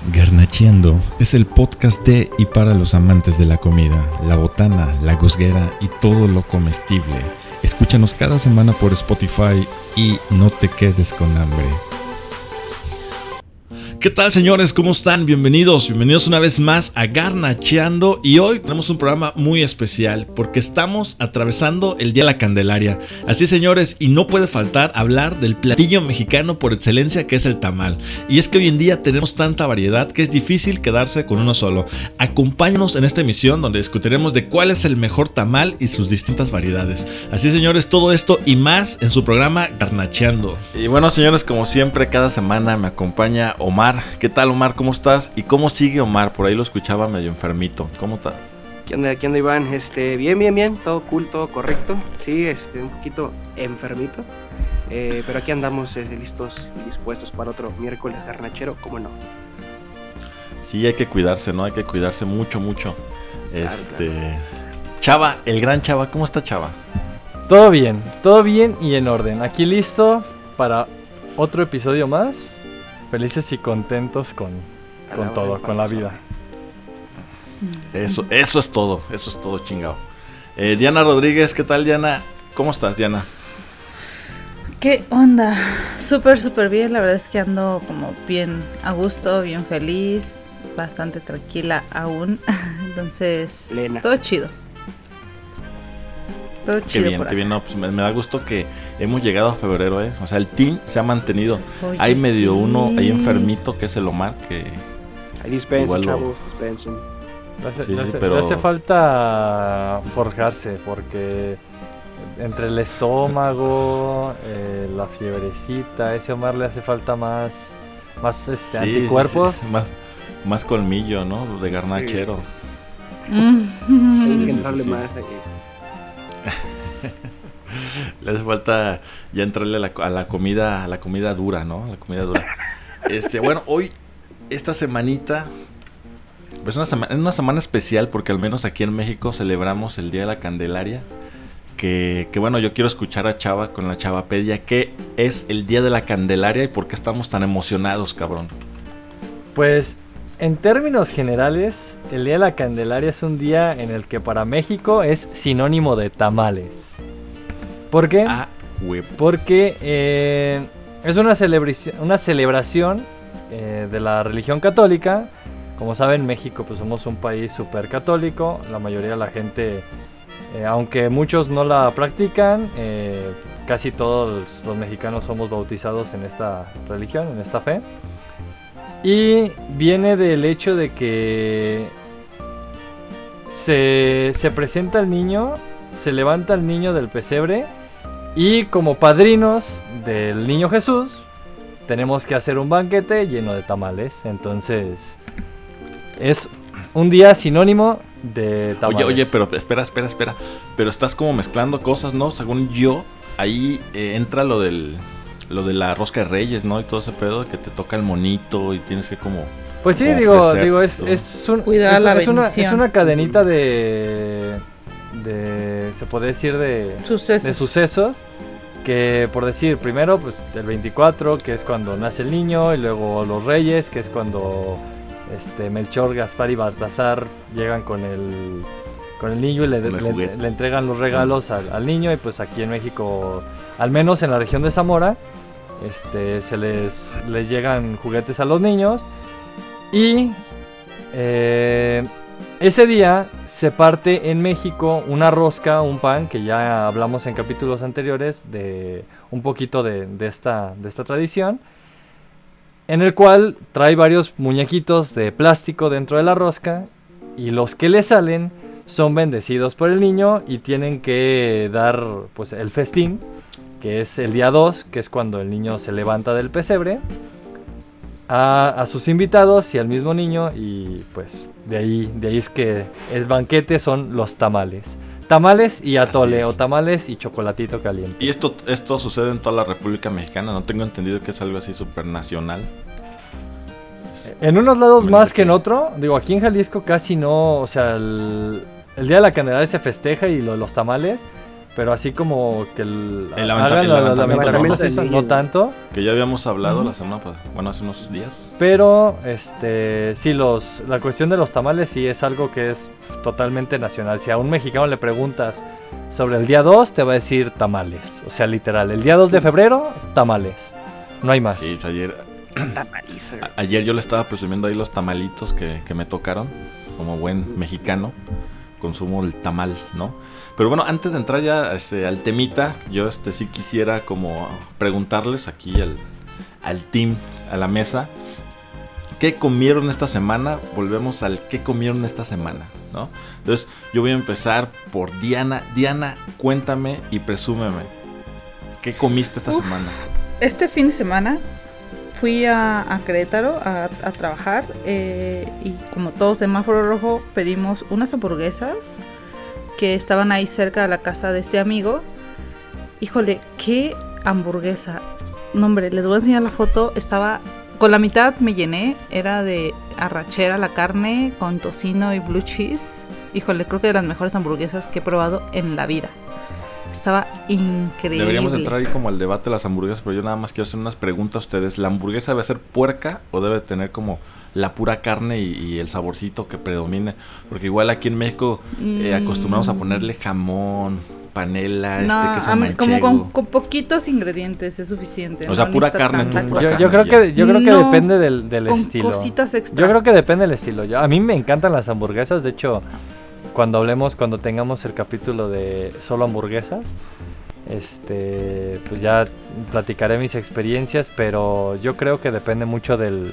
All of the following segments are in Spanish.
Garnacheando es el podcast de y para los amantes de la comida, la botana, la gusguera y todo lo comestible. Escúchanos cada semana por Spotify y no te quedes con hambre. ¿Qué tal, señores? ¿Cómo están? Bienvenidos una vez más a Garnacheando. Y hoy tenemos un programa muy especial porque estamos atravesando el Día de la Candelaria. Así, señores, y no puede faltar hablar del platillo mexicano por excelencia, que es el tamal. Y es que hoy en día tenemos tanta variedad que es difícil quedarse con uno solo. Acompáñanos en esta emisión donde discutiremos de cuál es el mejor tamal y sus distintas variedades. Así, señores, todo esto y más en su programa Garnacheando. Y bueno, señores, como siempre, cada semana me acompaña Omar. ¿Qué tal, Omar? ¿Cómo estás? ¿Y cómo sigue Omar? Por ahí lo escuchaba medio enfermito. ¿Cómo está? ¿Qué onda, Iván? Bien, todo cool, todo correcto. Sí, un poquito enfermito. Pero aquí andamos listos y dispuestos para otro miércoles garnachero, ¿cómo no? Sí, hay que cuidarse, ¿no? Hay que cuidarse mucho. Claro. Chava, el gran Chava, ¿cómo está Chava? Todo bien y en orden. Aquí listo para otro episodio más. Felices y contentos con todo, con la vida. Eso es todo, chingado. Diana Rodríguez, ¿qué tal, Diana? ¿Cómo estás, Diana? ¿Qué onda? Súper bien, la verdad es que ando como bien a gusto, bien feliz, bastante tranquila aún. Entonces, Lena. Todo chido. Qué bien, no, pues me da gusto que hemos llegado a febrero, O sea, el team se ha mantenido. Oye, hay medio sí. uno ahí enfermito, que es el Omar, que... Ahí dispensen, chavos, dispensen. Le hace falta forjarse, porque entre el estómago, la fiebrecita, ese Omar le hace falta más anticuerpos. Sí. Más colmillo, ¿no? De garnachero. Hay que entrarle más aquí. Le hace falta ya entrarle a la comida dura, ¿no? La comida dura. Bueno, hoy, esta semanita, pues es una semana especial porque al menos aquí en México celebramos el Día de la Candelaria. Que bueno, yo quiero escuchar a Chava con la Chavapedia. ¿Qué es el Día de la Candelaria y por qué estamos tan emocionados, cabrón? Pues, en términos generales, el Día de la Candelaria es un día en el que para México es sinónimo de tamales. ¿Por qué? Porque es una celebración de la religión católica. Como saben, México pues somos un país súper católico. La mayoría de la gente, aunque muchos no la practican, casi todos los mexicanos somos bautizados en esta religión, en esta fe. Y viene del hecho de que se presenta el niño, se levanta el niño del pesebre y como padrinos del niño Jesús tenemos que hacer un banquete lleno de tamales. Entonces es un día sinónimo de tamales. Oye, pero espera. Pero estás como mezclando cosas, ¿no? Según yo, ahí entra lo de la rosca de Reyes, ¿no? Y todo ese pedo de que te toca el monito y tienes que como... Pues sí, es una cadenita de se podría decir de sucesos que, por decir, primero pues el 24, que es cuando nace el niño, y luego los Reyes, que es cuando Melchor, Gaspar y Baltasar llegan con el niño y le entregan los regalos al niño. Y pues aquí en México, al menos en la región de Zamora, se les llegan juguetes a los niños. Y ese día se parte en México una rosca, un pan, que ya hablamos en capítulos anteriores de un poquito de esta tradición, en el cual trae varios muñequitos de plástico dentro de la rosca, y los que le salen son bendecidos por el niño y tienen que dar pues el festín, que es el día 2, que es cuando el niño se levanta del pesebre, a sus invitados y al mismo niño. Y pues de ahí es que el banquete son los tamales. Tamales y atole, o tamales y chocolatito caliente. Y esto sucede en toda la República Mexicana, no tengo entendido que es algo así súper nacional. En unos lados más que en otro. Digo, aquí en Jalisco casi no. O sea, el Día de la Candelaria se festeja y los tamales, Pero así como que El hagan levantamiento, los levantamientos, ¿no? eso, no tanto. Que ya habíamos hablado Ujú. la semana pasada, bueno, hace unos días. Pero sí, la cuestión de los tamales sí es algo que es totalmente nacional. Si a un mexicano le preguntas sobre el día 2, te va a decir tamales. O sea, literal, el día 2 de febrero, tamales. No hay más. Sí, pues Tamaliza, güey. ayer yo le estaba presumiendo ahí los tamalitos que me tocaron. Como buen mexicano, consumo el tamal, ¿no? Pero bueno, antes de entrar ya al temita, yo sí quisiera como preguntarles aquí al team, a la mesa, ¿qué comieron esta semana? Volvemos al ¿qué comieron esta semana? ¿No? Entonces yo voy a empezar por Diana. Diana, cuéntame y presúmeme, ¿qué comiste esta semana? Este fin de semana fui a Querétaro a trabajar y como todo semáforo rojo pedimos unas hamburguesas que estaban ahí cerca de la casa de este amigo. Híjole, qué hamburguesa. No, hombre, les voy a enseñar la foto. Estaba con la mitad, me llené. Era de arrachera la carne con tocino y blue cheese. Híjole, creo que de las mejores hamburguesas que he probado en la vida. Estaba increíble. Deberíamos entrar ahí como al debate de las hamburguesas, pero yo nada más quiero hacer unas preguntas a ustedes. ¿La hamburguesa debe ser puerca o debe tener como la pura carne y el saborcito que predomine? Porque igual aquí en México acostumbramos a ponerle jamón, panela, No, queso manchego. como con poquitos ingredientes es suficiente. O sea, no pura necesita carne, tanta tú, cosa. pura Yo creo que No, depende del con estilo. cositas extra. Yo creo que depende del estilo. A mí me encantan las hamburguesas. De hecho, cuando tengamos el capítulo de solo hamburguesas, pues ya platicaré mis experiencias, pero yo creo que depende mucho del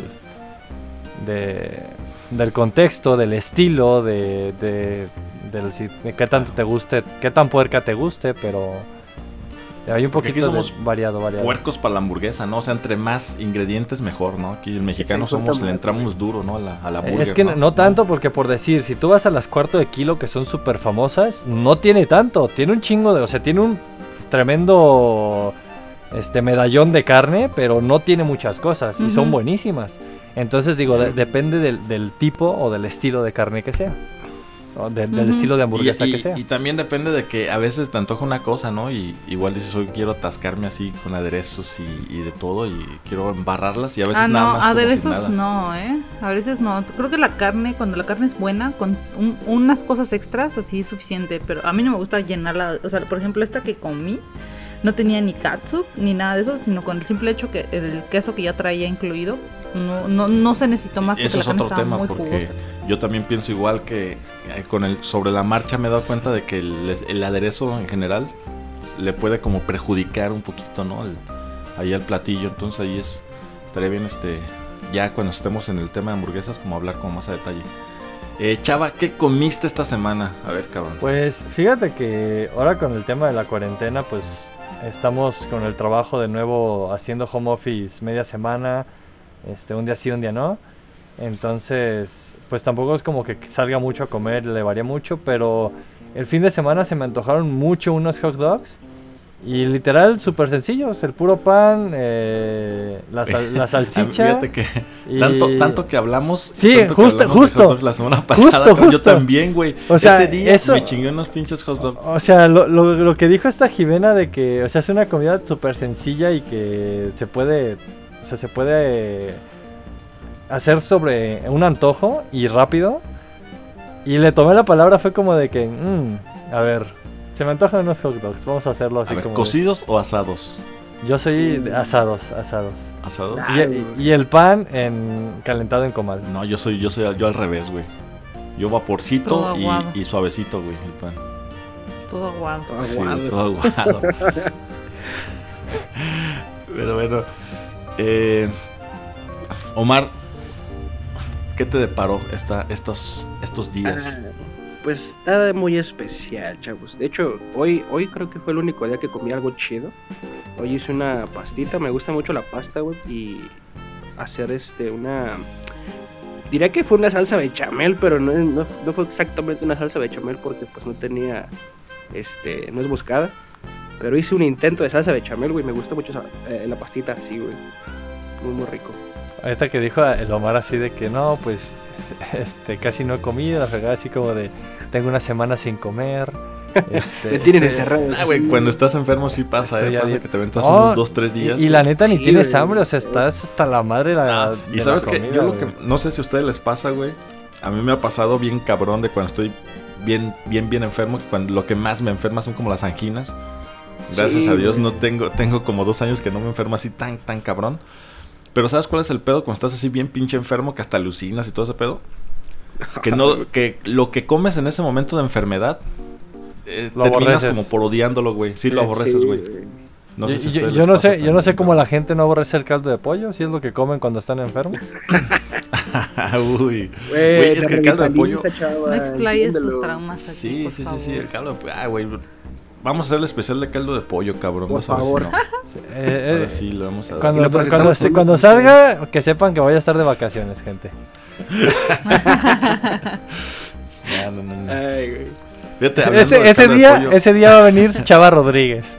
contexto, del estilo, de qué tanto te guste, qué tan puerca te guste, pero hay un Porque aquí poquito somos variado. Puercos para la hamburguesa, ¿no? O sea, entre más ingredientes mejor, ¿no? Aquí en mexicanos se insulta le más, entramos duro, ¿no? A la burger, Es que no tanto, porque por decir, si tú vas a las cuarto de kilo que son súper famosas, no tiene tanto, tiene un chingo o sea, tiene un tremendo medallón de carne, pero no tiene muchas cosas y son buenísimas. Entonces digo, depende del tipo o del estilo de carne que sea. Del estilo de hamburguesa que sea. Y también depende de que a veces te antoja una cosa, ¿no? Y igual dices, hoy quiero atascarme así con aderezos y de todo y quiero embarrarlas y a veces nada más como aderezos sin nada. no, a veces no. Creo que la carne, cuando la carne es buena, con unas cosas extras así es suficiente, pero a mí no me gusta llenarla. O sea, por ejemplo, esta que comí no tenía ni catsup ni nada de eso, sino con el simple hecho que el queso que ya traía incluido no se necesitó más porque Eso la es carne otro estaba tema, muy porque jugosa. yo también pienso igual que sobre la marcha me he dado cuenta de que el aderezo en general le puede como perjudicar un poquito, ¿no? Ahí al platillo, entonces ahí estaría bien ya cuando estemos en el tema de hamburguesas como hablar como más a detalle. Chava, ¿qué comiste esta semana? A ver, cabrón. Pues fíjate que ahora con el tema de la cuarentena, pues estamos con el trabajo de nuevo haciendo home office media semana, un día sí, un día no. Entonces, pues tampoco es como que salga mucho a comer, le varía mucho, pero el fin de semana se me antojaron mucho unos hot dogs. Y literal, súper sencillos, el puro pan, la salchicha. Fíjate que y... tanto que hablamos. Sí, tanto que justo, hablamos de hot justo. dogs la semana pasada. Justo. Yo también, güey. O sea, ese día eso... me chingué unos pinches hot dogs. O sea, lo que dijo esta Jimena de que, o sea, es una comida súper sencilla y que se puede hacer sobre un antojo y rápido. Y le tomé la palabra, fue como de que, a ver, se me antojan unos hot dogs, vamos a hacerlo así. A ver, como ¿cocidos o asados? Yo soy de asados. ¿Asados? Y el pan calentado en comal. No, yo al revés, güey. Yo vaporcito Todo aguado. y suavecito, güey, el pan. Todo aguado. Sí, todo aguado. Pero bueno, Omar, ¿qué te deparó estos días? Pues nada muy especial, chavos. De hecho, hoy creo que fue el único día que comí algo chido. Hoy hice una pastita, me gusta mucho la pasta, güey. Y hacer diría que fue una salsa bechamel, pero no fue exactamente una salsa bechamel porque pues no tenía, no es moscada. Pero hice un intento de salsa bechamel, güey. Me gusta mucho la pastita así, güey. Muy rico. Ahorita que dijo el Omar así de que no, pues casi no he comido, la fregada así como de tengo una semana sin comer. Me tienen encerrado. Güey, cuando estás enfermo sí pasa, Estoy a pasa dieta. que te aventas No, unos 2-3 días. Y la neta ni Sí, tienes güey. hambre, o sea, estás hasta la madre Y de sabes la que comida, yo lo güey. que no sé si a ustedes les pasa, güey. A mí me ha pasado bien cabrón de cuando estoy bien enfermo, que cuando lo que más me enferma son como las anginas. Gracias Sí, a Dios güey. no tengo como 2 años que no me enfermo así tan cabrón. Pero ¿sabes cuál es el pedo? Cuando estás así bien pinche enfermo, que hasta alucinas y todo ese pedo. Que lo que comes en ese momento de enfermedad Lo terminas aborreces. como por odiándolo, güey. Sí, lo aborreces, güey. No sé si a ustedes Yo les no pasa sé, yo no sé también, cómo ¿no? la gente no aborrece el caldo de pollo, si es lo que comen cuando están enfermos. Uy. Güey, es que el caldo de pollo. No explayes tus traumas aquí, Sí, por sí, favor. sí, el caldo de pollo. Güey. Vamos a hacer el especial de caldo de pollo, cabrón. Por Vas a ver si favor. no. Ahora sí, lo vamos a dar. Y Cuando, lo presentamos con cuando una salga, que sepan que voy a estar de vacaciones, gente. No. Ay, güey. Fíjate, hablando del Ese caldo de pollo. día va a venir Chava Rodríguez.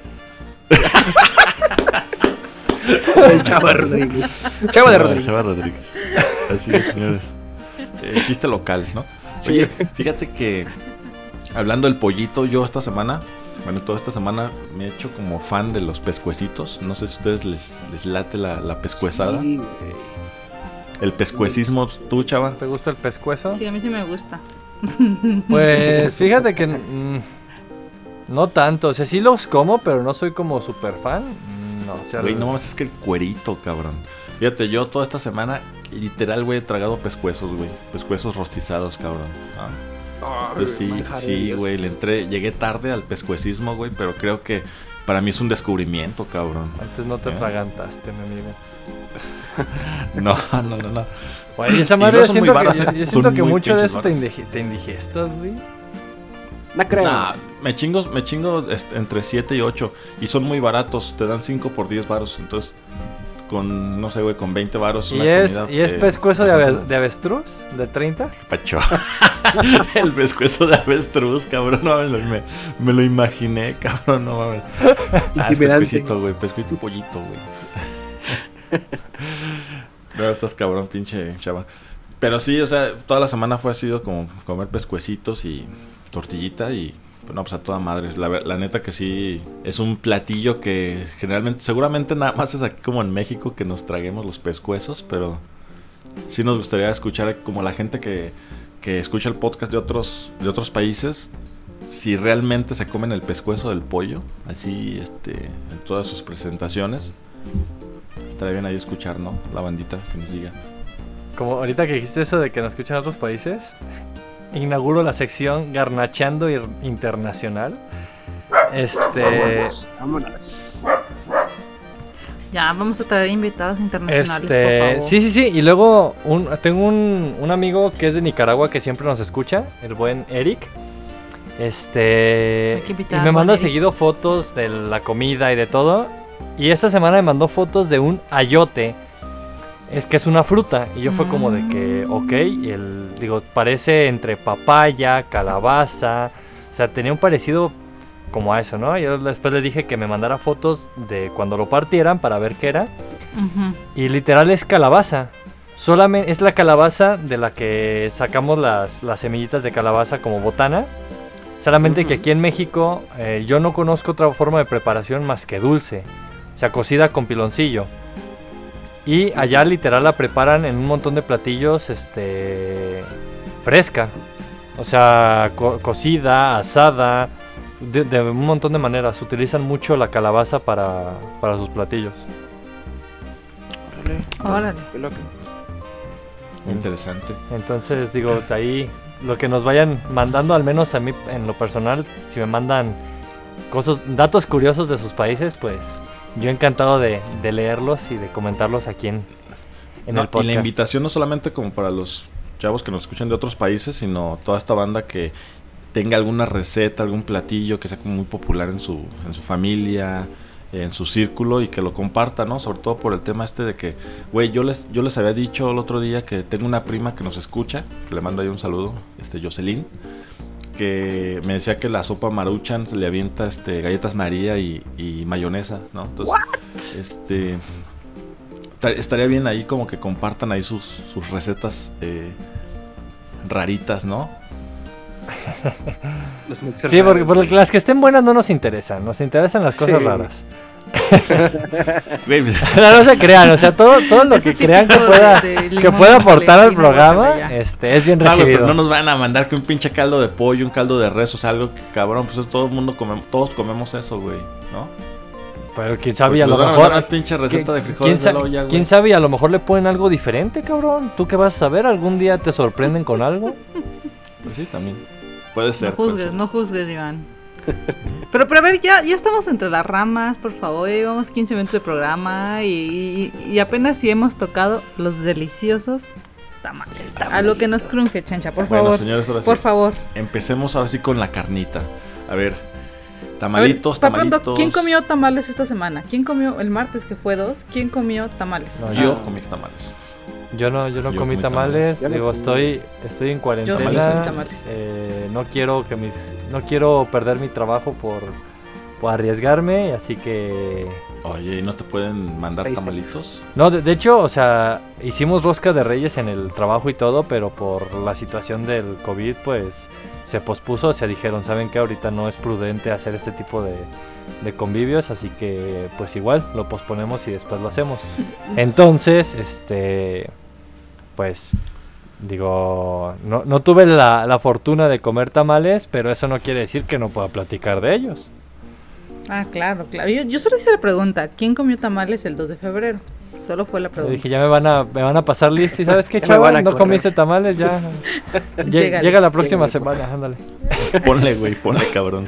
El Chava Rodríguez. Chava de Rodríguez. Chava Rodríguez. Así es, señores. El chiste local, ¿no? Sí. Oye, fíjate que hablando del pollito, yo esta semana, toda esta semana me he hecho como fan de los pescuecitos. No sé si a ustedes les late la pescuezada. Sí, güey. El pescuecismo, ¿tú, Chava? ¿Te gusta el pescuezo? Sí, a mí sí me gusta. Pues fíjate que no tanto. O sea, sí los como, pero no soy como super fan. No, o sea, Güey, no mames, es que el cuerito, cabrón. Fíjate, yo toda esta semana, literal, güey, he tragado pescuezos, güey. Pescuezos rostizados, cabrón. Ah. Entonces sí, güey, llegué tarde al pescuecismo, güey, pero creo que para mí es un descubrimiento, cabrón. Antes no te ¿Eh? atragantaste, mi amigo. No. Güey, esa Y madre no yo son muy siento varas, que, ¿eh? yo Son siento que muy mucho de pinches eso te indigestas, güey. No creo. Nah, me chingo entre 7 y 8 y son muy baratos, te dan 5 por 10 varos, entonces con, no sé, güey, con 20 varos ¿Y es pescuezo de avestruz? ¿De 30? Pacho. El pescuezo de avestruz, cabrón, no mames, me lo imaginé, cabrón, no mames. Ah, es Intimidante. pescuecito, güey, pescuecito y pollito, güey. No, estás cabrón, pinche Chava. Pero sí, o sea, toda la semana ha sido como comer pescuecitos y tortillita y no, pues a toda madre. La neta que sí es un platillo que generalmente, seguramente nada más es aquí como en México que nos traguemos los pescuezos, pero sí nos gustaría escuchar como la gente que escucha el podcast de otros países, si realmente se comen el pescuezo del pollo, así en todas sus presentaciones. Estaría bien ahí escuchar, ¿no? La bandita que nos diga. Como ahorita que dijiste eso de que nos escuchan otros países, inauguro la sección Garnacheando Internacional. Vámonos. Ya, vamos a traer invitados internacionales, por favor. Sí. Y luego tengo un amigo que es de Nicaragua que siempre nos escucha, el buen Eric. Hay que invitar Y al me buen manda Eric. seguido fotos de la comida y de todo. Y esta semana me mandó fotos de un ayote. Es que es una fruta. Y yo fue como de que, ok. Digo, parece entre papaya, calabaza. O sea, tenía un parecido como a eso, ¿no? Yo después le dije que me mandara fotos de cuando lo partieran para ver qué era. Ujú. Y literal es calabaza. Solamente es la calabaza de la que sacamos las semillitas de calabaza como botana. Solamente que aquí en México yo no conozco otra forma de preparación más que dulce. O sea, cocida con piloncillo. Y allá literal la preparan en un montón de platillos fresca. O sea, cocida, asada, de un montón de maneras. Utilizan mucho la calabaza para sus platillos. Órale. Qué loco. Muy interesante. Entonces, digo, ahí lo que nos vayan mandando, al menos a mí en lo personal, si me mandan datos curiosos de sus países, pues yo encantado de leerlos y de comentarlos aquí en No, el podcast. y la invitación no solamente como para los chavos que nos escuchan de otros países, sino toda esta banda que tenga alguna receta, algún platillo que sea como muy popular en su familia, en su círculo, y que lo comparta, ¿no? Sobre todo por el tema de que, güey, yo les había dicho el otro día que tengo una prima que nos escucha, que le mando ahí un saludo, Jocelyn, que me decía que la sopa Maruchan se le avienta galletas María y mayonesa, ¿no? Entonces, estaría bien ahí como que compartan ahí sus recetas raritas, ¿no? Los mixers Sí, raros. porque las que estén buenas no nos interesan. Nos interesan las cosas Sí. raras. Güey, pues, No se crean, o sea, todo lo Ese que crean que tipo pueda, de que limón, pueda aportar al Valentina, programa, guacala, ya. es bien no, güey, recibido. pero no nos van a mandar que un pinche caldo de pollo, un caldo de res, o sea, algo que cabrón, pues eso todo el mundo todos comemos eso, güey, ¿no? Pero quién sabe, Porque a lo nos van a mejor. mandar una pinche receta de frijoles ¿quién, de sa- la olla, güey. quién sabe? A lo mejor le ponen algo diferente, cabrón. ¿Tú qué vas a saber? ¿Algún día te sorprenden con algo? Pues sí, también. Puede ser. No puede juzgues, ser. no juzgues, Iván. Pero a ver, ya estamos entre las ramas, por favor. Llevamos 15 minutos de programa y apenas si hemos tocado los deliciosos tamales. A lo que nos cruje, Chencha, por Bueno, favor. señores, ahora sí. Por favor. Empecemos ahora sí con la carnita. A ver, A tamalitos, ver, pa' pronto, tamalitos. ¿quién comió tamales esta semana? ¿Quién comió el martes que fue 2? ¿Quién comió tamales? No, Yo comí tamales. Yo no Yo comí comí tamales. tamales. Yo no Digo, comí. estoy en Yo cuarentena. sí comí tamales. No quiero perder mi trabajo por arriesgarme, así que Oye, ¿y no te pueden mandar Stay tamalitos? no, de hecho, o sea, hicimos rosca de Reyes en el trabajo y todo, pero por la situación del COVID, pues se pospuso. O sea, dijeron, ¿saben qué? Ahorita no es prudente hacer este tipo de convivios, así que pues igual lo posponemos y después lo hacemos. Entonces, pues digo, no tuve la fortuna de comer tamales, pero eso no quiere decir que no pueda platicar de ellos. Ah, claro. Yo solo hice la pregunta, ¿quién comió tamales el 2 de febrero? Solo fue la Yo pregunta. dije, ya me van a pasar lista y ¿sabes qué, Ya me van chaval? a No correr. comiste tamales, ya. Llégale. Llega la próxima Llégale. semana, ándale. Ponle, güey, ponle, cabrón.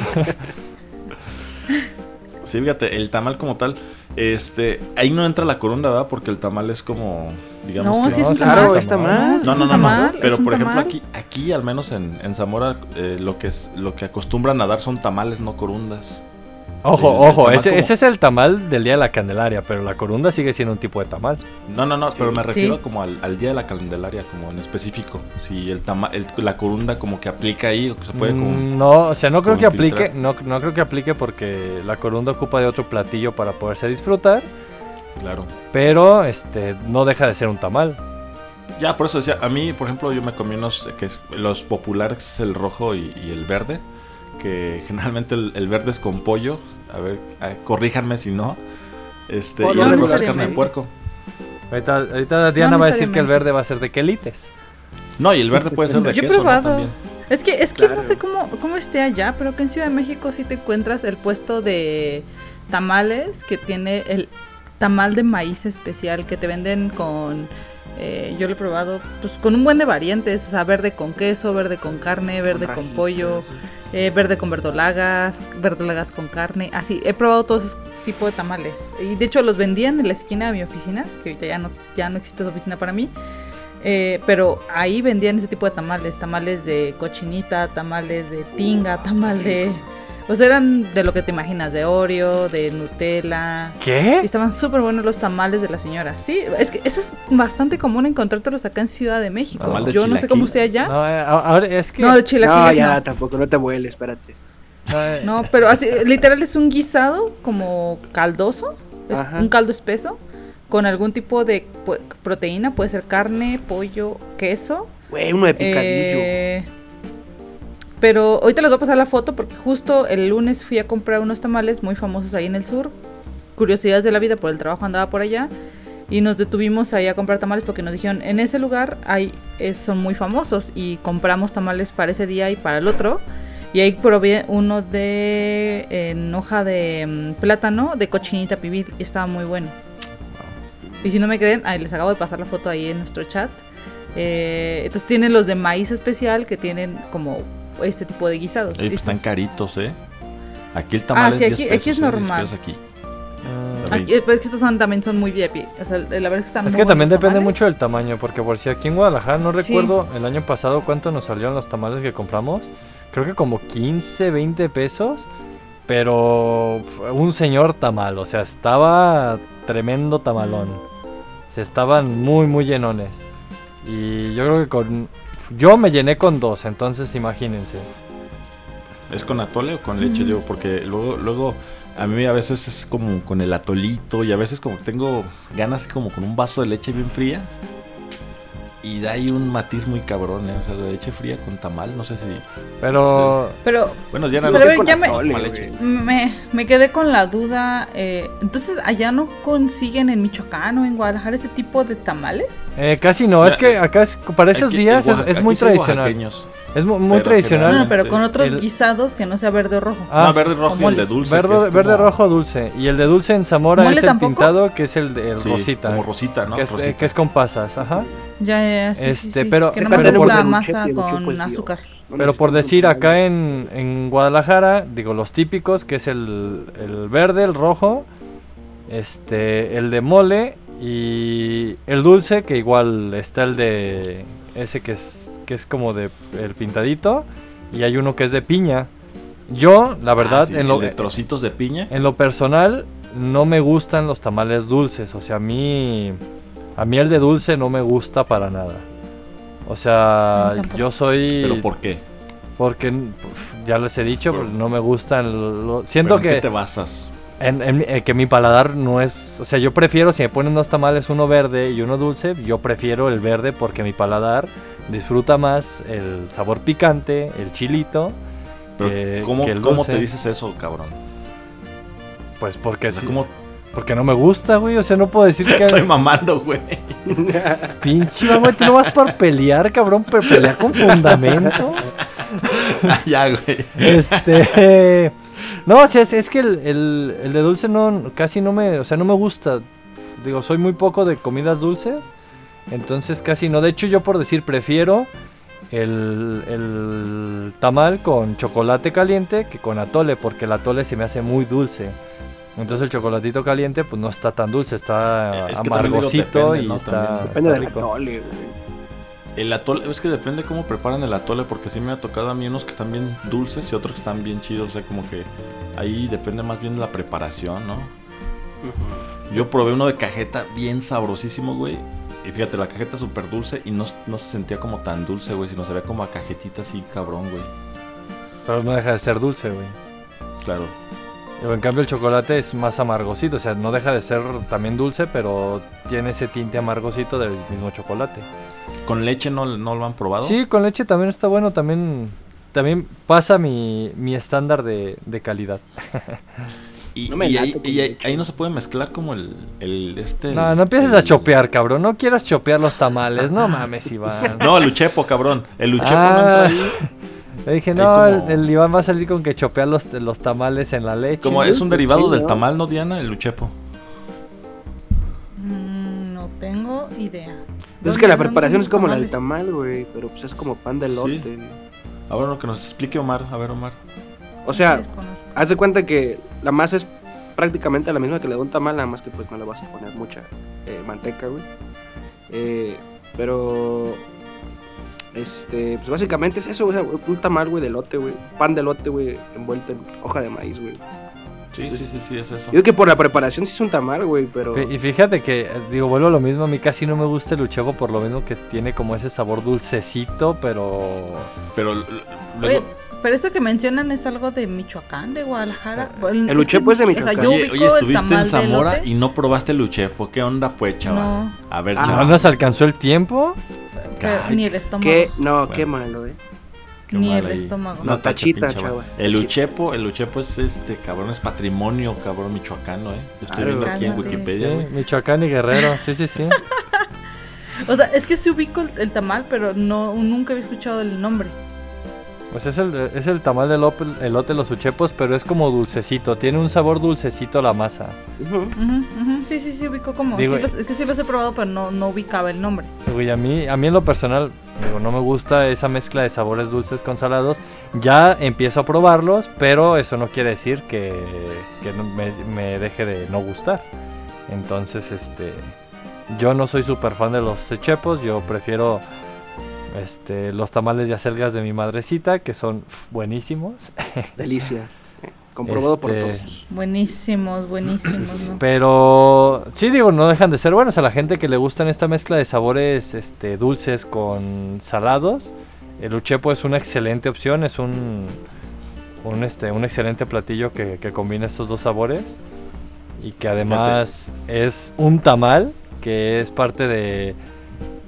Sí, fíjate, el tamal como tal, ahí no entra la corunda, ¿verdad? Porque el tamal es como, digamos No, que... sí es un Claro, tamal. es tamal. sí No, es no, un no, no, tamal, pero es un por ejemplo tamal. aquí al menos en Zamora lo que acostumbran a dar son tamales, no corundas. Ojo, El tamal ese como- es el tamal del Día de la Candelaria, pero la corunda sigue siendo un tipo de tamal. No, pero me refiero Sí. como al día de la Candelaria, como en específico. Si la corunda como que aplica ahí, o que se puede como... No, o sea, no creo como que aplique, infiltrar. no creo que aplique porque la corunda ocupa de otro platillo para poderse disfrutar, Claro. pero no deja de ser un tamal. Ya, por eso decía, a mí, por ejemplo, yo me comí los populares, el rojo y el verde, que generalmente el verde es con pollo. A ver, corríjanme si no. Y Pollo, el no rojo es carne de necesariamente. puerco. Ahorita Diana va a decir que el necesariamente. verde va a ser de quelites. No, y el verde puede ser de Yo he queso, ¿no? probado. También. Es que Claro. no sé cómo esté allá, pero que en Ciudad de México sí te encuentras el puesto de tamales que tiene el tamal de maíz especial que te venden con... yo lo he probado pues con un buen de variantes, o sea, verde con queso, verde con carne, verde con Rajito, pollo, sí. verde con verdolagas con carne, así, he probado todos esos tipos de tamales. Y de hecho los vendían en la esquina de mi oficina, que ahorita ya no existe esa oficina para mí. Pero ahí vendían ese tipo de tamales de cochinita, tamales de tinga, tamal de... O sea, eran de lo que te imaginas, de Oreo, de Nutella. Y ¿Qué? estaban súper buenos los tamales de la señora. Sí, es que eso es bastante común encontrártelos acá en Ciudad de México. Tamal de Yo no sé cómo sea chilaquil. allá. No, ahora es que... No, de No, chilaquiles ya, no. tampoco, no te vueles, espérate. No, pero así, literal es un guisado como caldoso, es Ajá. un caldo espeso, con algún tipo de proteína, puede ser carne, pollo, queso. Güey, uno de picadillo. Pero ahorita les voy a pasar la foto porque justo el lunes fui a comprar unos tamales muy famosos ahí en el sur. Curiosidades de la vida, por el trabajo andaba por allá. Y nos detuvimos ahí a comprar tamales porque nos dijeron, en ese lugar son muy famosos. Y compramos tamales para ese día y para el otro. Y ahí probé uno en hoja de plátano de cochinita pibil. Y estaba muy bueno. Y si no me creen, ahí les acabo de pasar la foto ahí en nuestro chat. Entonces tienen los de maíz especial que tienen como este tipo de guisados. Oye, pues Estos- están caritos, ¿eh? Aquí el tamal Ah, es sí, 10 aquí pesos, es 10 normal. pesos aquí. Ah, Aquí, pero es que estos también son muy VIP. O sea, la verdad es que están es muy que también buenos depende tamales. mucho del tamaño, porque por si aquí en Guadalajara no Sí. recuerdo el año pasado cuánto nos salieron los tamales que compramos. Creo que como 15, 20 pesos, pero fue un señor tamal, o sea, estaba tremendo tamalón. O sea, estaban muy, muy llenones. Y yo creo que yo me llené con 2, entonces imagínense. ¿Es con atole o con leche? Digo, porque luego a mí a veces es como con el atolito y a veces como que tengo ganas como con un vaso de leche bien fría. y da ahí un matiz muy cabrón, ¿eh? O sea, de leche fría con tamal, no sé si... Pero Bueno, ya Pero a ver, ya atole, me quedé con la duda. Entonces, ¿allá no consiguen en Michoacán o en Guadalajara ese tipo de tamales? casi no, es que acá para esos Aquí- días Oaxaca- es muy aquí son tradicional. oaxaqueños. Es muy Pero tradicional. No, pero con otros el- guisados que no sea verde o rojo. Ah, no, verde, rojo y el mole. de dulce. que es Verde, como- rojo, dulce. Y el de dulce en Zamora ¿Mole es el tampoco? pintado, que es el Sí, rosita. como rosita, ¿no? que, es, Rosita. que es con pasas, ajá. Ya, sí, sí, sí. pero- que pero nomás es por- la el masa luchepo, el con luchepo es azúcar. Dios. Pero por decir, acá en Guadalajara, digo, los típicos, que es el verde, el rojo, el de mole y el dulce, que igual está el de ese que es como de el pintadito, y hay uno que es de piña. Yo, la verdad, Sí, en lo el de trocitos de piña. En lo personal, no me gustan los tamales dulces. O sea, a mí el de dulce no me gusta para nada. O A sea, mí tampoco. yo soy... ¿Pero por qué? Porque, ya les he dicho, Pero- no me gustan... Siento ¿Pero en que qué te basas? que mi paladar no es... O sea, yo prefiero, si me ponen dos tamales, uno verde y uno dulce, yo prefiero el verde porque mi paladar disfruta más el sabor picante, el chilito. Pero que ¿cómo el te dulce. dices eso, cabrón? Pues porque O sea, sí. ¿cómo Porque no me gusta, güey. O sea, no puedo decir que... estoy mamando, güey? Pinche mamá, tú no vas por pelear, cabrón, pero pelea con fundamentos. Ya, güey. No, o sea, es que el de dulce casi no me, o sea, no me gusta. Digo, soy muy poco de comidas dulces, entonces casi no. De hecho, yo por decir, prefiero el tamal con chocolate caliente que con atole, porque el atole se me hace muy dulce. Entonces el chocolatito caliente pues no está tan dulce, está Es que también digo, amargosito depende, y ¿no? está, También. Depende está del rico. atole, güey. El atole, es que depende cómo preparan el atole, porque sí me ha tocado a mí unos que están bien dulces y otros que están bien chidos, o sea, como que ahí depende más bien de la preparación, ¿no? Yo probé uno de cajeta bien sabrosísimo, güey, y fíjate, la cajeta súper dulce y no se sentía como tan dulce, güey, sino se veía como a cajetita así, cabrón, güey. Pero no deja de ser dulce, güey. Claro. En cambio el chocolate es más amargosito, o sea, no deja de ser también dulce, pero tiene ese tinte amargosito del mismo chocolate. ¿Con leche no lo han probado? Sí, con leche también está bueno, también pasa mi estándar de calidad. Y, No me y late ahí, con y leche. ahí no se puede mezclar como No empieces a chopear, cabrón, no quieras chopear los tamales, no mames, Iván. No, el uchepo, cabrón. El uchepo no Ah, entra ahí. Le dije, Ahí no, como- el Iván va a salir con que chopea los tamales en la leche. Como es un Sí, derivado del ¿no? tamal, ¿no, Diana? El uchepo. No tengo idea. Es que la ¿Dónde preparación es son como los la del tamales? tamal, güey, pero pues es como pan de Sí. elote. A ver, lo que nos explique Omar. A ver, Omar. O sea, Desconozco. haz de cuenta que la masa es prácticamente la misma que le da un tamal, nada más que pues no le vas a poner mucha manteca, güey. Pero pues básicamente es eso, o sea, un tamal, güey, de elote, güey. Pan de elote, güey, envuelto en hoja de maíz, güey. Sí, es eso. Yo creo que por la preparación sí es un tamal, güey, pero... Y fíjate que, digo, vuelvo a lo mismo, a mí casi no me gusta el uchepo por lo mismo que tiene como ese sabor dulcecito, pero... Pero Oye, luego... pero eso que mencionan es algo de Michoacán, de Guadalajara. El uchepo es de Michoacán. O sea, yo Oye, ubico el estuviste en tamal de Zamora elote. y no probaste el uchepo. ¿Qué onda, pues, chaval? No. A ver, Ah, ¿No chaval. nos alcanzó el tiempo? Pero Ay, ni el estómago. ¿Qué? No, Bueno. qué malo, Qué Ni mal el ahí. estómago. No, tacha, tachita, pinche chava. madre. El uchepo es cabrón, es patrimonio, cabrón, michoacano, Yo estoy Claro. viendo aquí en Cálmate. Sí, Wikipedia, güey. Michoacán y Guerrero, sí. O sea, es que sí ubico el tamal, pero nunca había escuchado el nombre. Pues es el tamal de elote, los uchepos, pero es como dulcecito, tiene un sabor dulcecito la masa. Ujú. Sí, ubico como. Digo, es que sí los he probado, pero no ubicaba el nombre. Güey, a mí en lo personal, digo, no me gusta esa mezcla de sabores dulces con salados. Ya empiezo a probarlos, pero eso no quiere decir que me deje de no gustar. Entonces, yo no soy súper fan de los uchepos, yo prefiero los tamales de acelgas de mi madrecita, que son buenísimos. Delicia. Comprobado por todos. Buenísimos, ¿no? Pero sí, digo, no dejan de ser buenos. A la gente que le gustan esta mezcla de sabores dulces con salados, el uchepo es una excelente opción. Es un excelente platillo que combina estos dos sabores. Y que además es un tamal que es parte de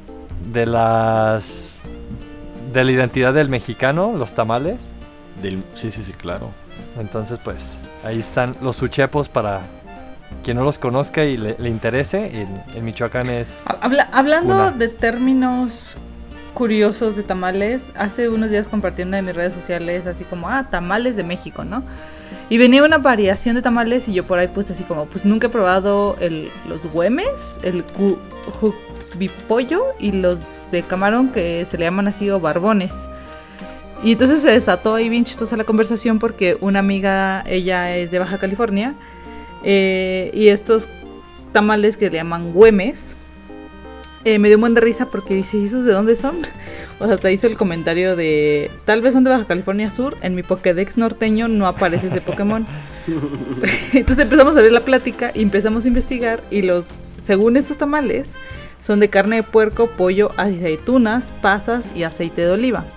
de la identidad del mexicano, los tamales. Sí, claro. Entonces, pues, ahí están los uchepos para quien no los conozca y le interese. En Michoacán es... Hablando de términos curiosos de tamales, hace unos días compartí en una de mis redes sociales así como, tamales de México, ¿no? Y venía una variación de tamales y yo por ahí puse así como, pues nunca he probado los güemes, el jubipollo y los de camarón que se le llaman así o barbones. Y entonces se desató ahí bien chistosa la conversación porque una amiga, ella es de Baja California, y estos tamales que le llaman güemes, me dio un buen de risa porque dice, ¿y esos de dónde son? O sea, hasta hizo el comentario de, tal vez son de Baja California Sur, en mi Pokédex norteño no aparece ese Pokémon. Entonces empezamos a ver la plática y empezamos a investigar y según estos tamales, son de carne de puerco, pollo, aceitunas, pasas y aceite de oliva.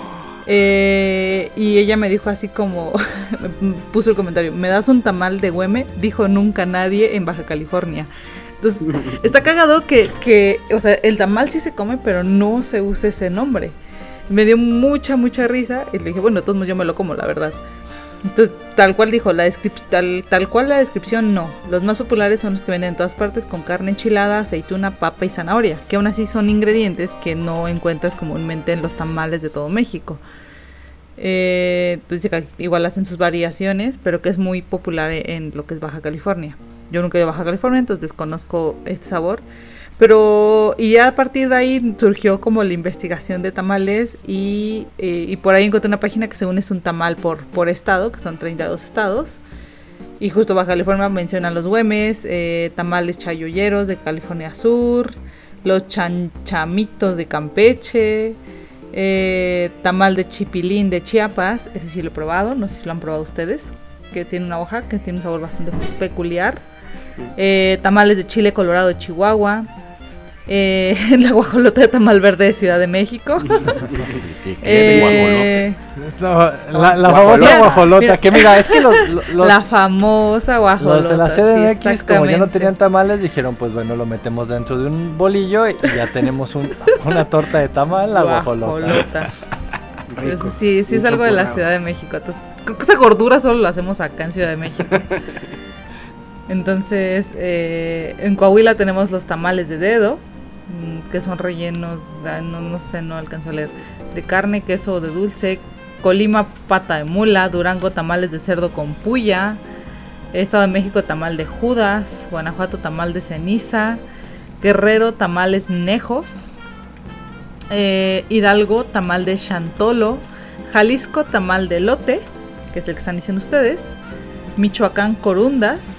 Y ella me dijo así como, puso el comentario, ¿me das un tamal de güeme? Dijo nunca nadie en Baja California. Entonces, está cagado que, o sea, el tamal sí se come, pero no se usa ese nombre. Me dio mucha risa y le dije, bueno, de todos modos yo me lo como, la verdad. Entonces, tal cual dijo, tal cual la descripción, no. Los más populares son los que venden en todas partes con carne enchilada, aceituna, papa y zanahoria, que aún así son ingredientes que no encuentras comúnmente en los tamales de todo México. Entonces, igual hacen sus variaciones, pero que es muy popular en lo que es Baja California. Yo nunca he ido a Baja California, entonces desconozco este sabor. Pero, y ya a partir de ahí surgió como la investigación de tamales y por ahí encontré una página que según es un tamal por estado, que son 32 estados. Y justo Baja California mencionan los güemes, tamales chayolleros de California Sur, los chanchamitos de Campeche, tamal de chipilín de Chiapas, ese sí lo he probado, no sé si lo han probado ustedes, que tiene una hoja que tiene un sabor bastante peculiar. Tamales de chile colorado de Chihuahua, la guajolota de tamal verde de Ciudad de México. La famosa guajolota, mira, que mira, es que la famosa guajolota, los de la CDMX, sí, como ya no tenían tamales, dijeron, pues bueno, lo metemos dentro de un bolillo y ya tenemos una torta de tamal, la guajolota. Eso sí es algo de la Ciudad de México. Entonces, creo que esa gordura solo la hacemos acá en Ciudad de México. Entonces, en Coahuila tenemos los tamales de dedo, que son rellenos, no sé, no alcanzo a leer, de carne, queso o de dulce. Colima, pata de mula. Durango, tamales de cerdo con puya. Estado de México, tamal de Judas. Guanajuato, tamal de ceniza. Guerrero, tamales nejos. Hidalgo, tamal de chantolo. Jalisco, tamal de elote, que es el que están diciendo ustedes. Michoacán, corundas.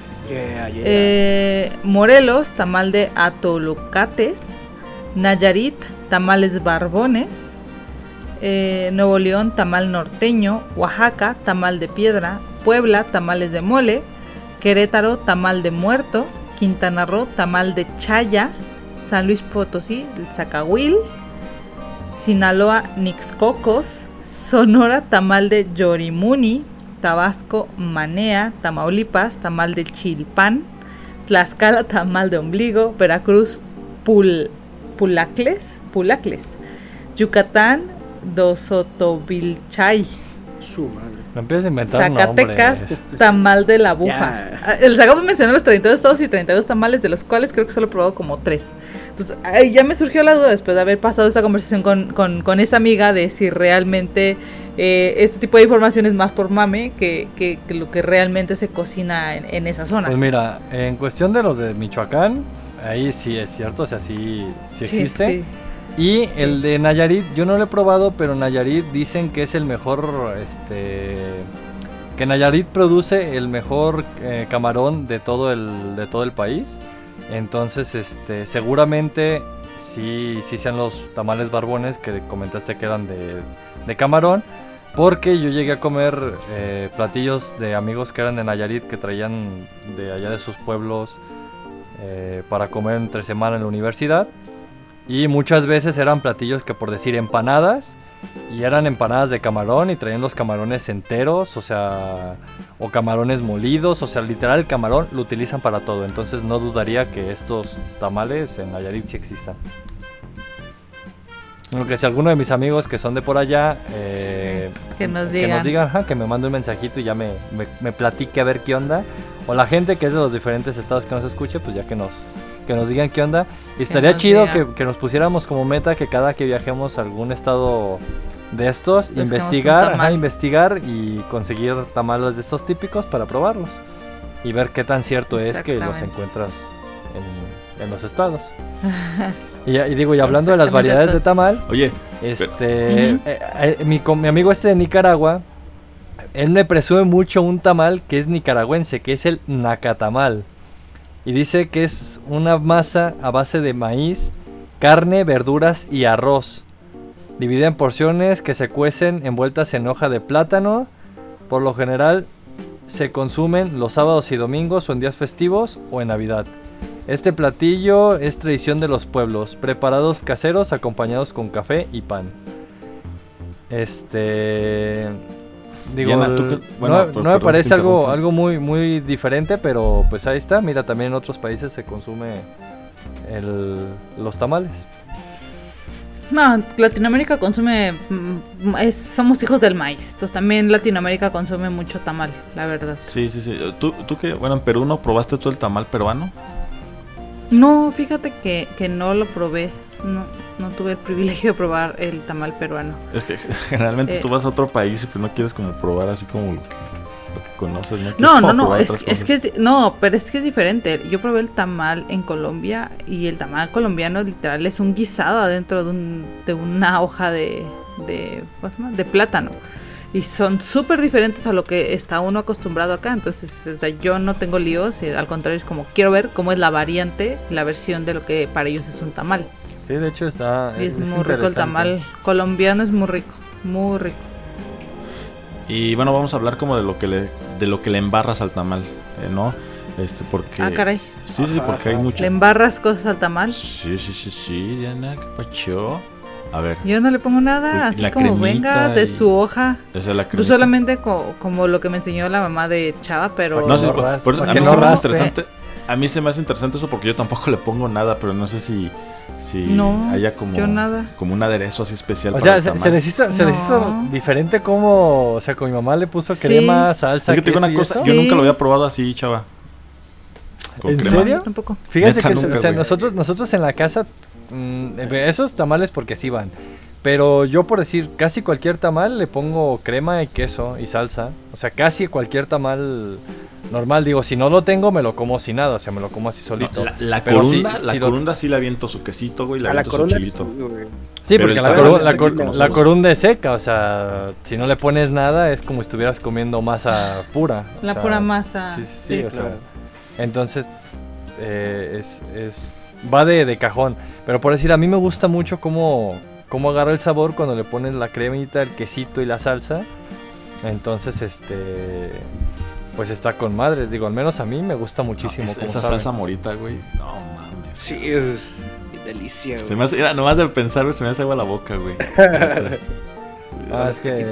Morelos, tamal de atolocates. Nayarit, tamales barbones. Nuevo León, tamal norteño. Oaxaca, tamal de piedra. Puebla, tamales de mole. Querétaro, tamal de muerto. Quintana Roo, tamal de chaya. San Luis Potosí, el zacahuil. Sinaloa, nixcocos. Sonora, tamal de yorimuni. Tabasco, manea. Tamaulipas, tamal de chilpan. Tlaxcala, tamal de ombligo. Veracruz, pulacles. Yucatán, dosotovilchay. Su madre. No empiezas a inventar Zacatecas, tamal de la bufa. Les acabo de mencionar los 32 estados y 32 tamales, de los cuales creo que solo he probado como 3. Entonces, ya me surgió la duda después de haber pasado esta conversación con esta amiga de si realmente este tipo de información es más por mame que lo que realmente se cocina en esa zona. Pues mira, en cuestión de los de Michoacán, ahí sí es cierto, o sea, sí existe. Sí. Y el de Nayarit, yo no lo he probado, pero Nayarit dicen que es el mejor, que Nayarit produce el mejor camarón de todo el país. Entonces, seguramente sí sean los tamales barbones que comentaste que eran de camarón. Porque yo llegué a comer platillos de amigos que eran de Nayarit, que traían de allá de sus pueblos para comer entre semana en la universidad. Y muchas veces eran platillos que, por decir, empanadas, y eran empanadas de camarón y traían los camarones enteros, o sea, o camarones molidos, o sea, literal el camarón lo utilizan para todo. Entonces no dudaría que estos tamales en Nayarit sí existan. Aunque si alguno de mis amigos que son de por allá, que nos digan, ajá, que me mande un mensajito y ya me platique a ver qué onda. O la gente que es de los diferentes estados que nos escuche, pues ya que nos digan qué onda. Y estaría chido que nos pusiéramos como meta que cada que viajemos a algún estado de estos, investigar y conseguir tamales de estos típicos para probarlos. Y ver qué tan cierto es que los encuentras en los estados. Y hablando de las variedades de tamal, oye, mi amigo de Nicaragua, él me presume mucho un tamal que es nicaragüense, que es el nacatamal. Y dice que es una masa a base de maíz, carne, verduras y arroz. Dividida en porciones que se cuecen envueltas en hoja de plátano. Por lo general se consumen los sábados y domingos o en días festivos o en Navidad. Este platillo es tradición de los pueblos, preparados caseros acompañados con café y pan. Diana, no me parece algo muy, muy diferente, pero pues ahí está. Mira, también en otros países se consume los tamales. No, Latinoamérica consume, somos hijos del maíz, entonces también Latinoamérica consume mucho tamal, la verdad. Sí. ¿Tú que, en Perú no probaste tú el tamal peruano? No, fíjate que no lo probé, no tuve el privilegio de probar el tamal peruano. Es que generalmente tú vas a otro país y pues no quieres como probar así como lo que conoces, ¿no? No, pero es que es diferente. Yo probé el tamal en Colombia y el tamal colombiano literal es un guisado adentro de una hoja de plátano. Y son súper diferentes a lo que está uno acostumbrado acá. Entonces, o sea, yo no tengo líos. Al contrario, es como quiero ver cómo es la variante, la versión de lo que para ellos es un tamal. Sí, de hecho es muy rico el tamal colombiano, es muy rico, muy rico. Y bueno, vamos a hablar como de lo que le embarras al tamal, ¿no? Porque... Ah, caray. Sí, porque hay mucho... ¿Le embarras cosas al tamal? Sí, Diana, ¿qué pacho? A ver. Yo no le pongo nada, así como venga de su hoja. Esa es la cremita. Tú solamente como lo que me enseñó la mamá de Chava, pero... No, a mí se me hace interesante eso porque yo tampoco le pongo nada, pero no sé si haya como, yo nada. Como un aderezo así especial. O sea, se les hizo diferente como, o sea, con mi mamá le puso crema, salsa. Es que te digo una cosa, yo nunca lo había probado así, Chava. ¿En crema. serio? Tampoco. Fíjense que nunca, nosotros en la casa, esos tamales porque sí van. Pero yo por decir, casi cualquier tamal le pongo crema y queso y salsa. O sea, casi cualquier tamal normal. Digo, si no lo tengo, me lo como sin nada. O sea, me lo como así solito. No, la corunda sí le aviento su quesito, güey. Le aviento su chilito. Sí, porque la corunda es seca. O sea, si no le pones nada, es como si estuvieras comiendo masa pura. Pura masa. Sí, o sea. Entonces, va de cajón. Pero por decir, a mí me gusta mucho cómo agarra el sabor cuando le pones la cremita, el quesito y la salsa. Entonces, pues está con madres. Digo, al menos a mí me gusta muchísimo. Esa salsa morita, güey. No mames. Sí, es delicia, güey. Se me hace, nomás de pensar, güey, se me hace agua la boca, güey. Es que...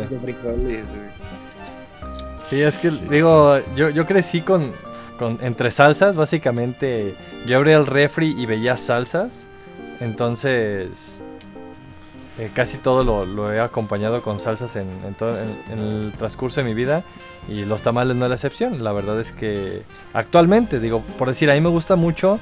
Sí, es que, digo, yo crecí con entre salsas, básicamente. Yo abría el refri y veía salsas. Entonces... casi todo lo he acompañado con salsas en el transcurso de mi vida. Y los tamales no es la excepción. La verdad es que actualmente, digo, por decir, a mí me gusta mucho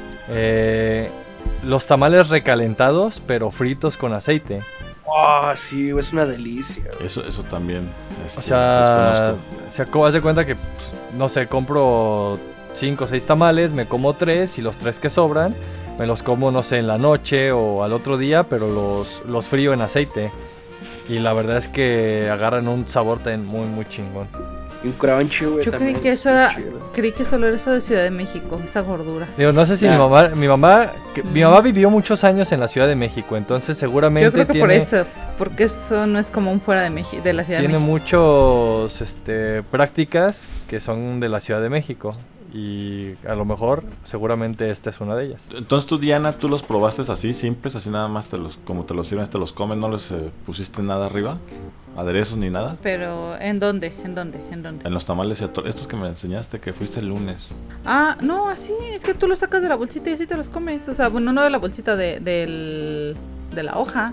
los tamales recalentados, pero fritos con aceite. Sí, es una delicia. Eso también. O sea, haz de cuenta que, no sé, compro 5 o 6 tamales, me como 3 y los 3 que sobran me los como, no sé, en la noche o al otro día, pero los frío en aceite. Y la verdad es que agarran un sabor también muy, muy chingón. Y un crunchy, güey. Yo creí que solo era eso de Ciudad de México, esa gordura. Digo, no sé si mi mamá vivió muchos años en la Ciudad de México, entonces seguramente yo creo que por eso, porque eso no es común fuera de la Ciudad de México. Tiene muchos prácticas que son de la Ciudad de México. Y a lo mejor, seguramente esta es una de ellas. Entonces tú, Diana, ¿tú los probaste así, simples, así nada más como te los sirven, te los comes, no les pusiste nada arriba? ¿Aderezos ni nada? Pero, ¿en dónde? En los tamales estos que me enseñaste, que fuiste el lunes. No, así, es que tú los sacas de la bolsita y así te los comes. O sea, bueno, no de la bolsita de la hoja.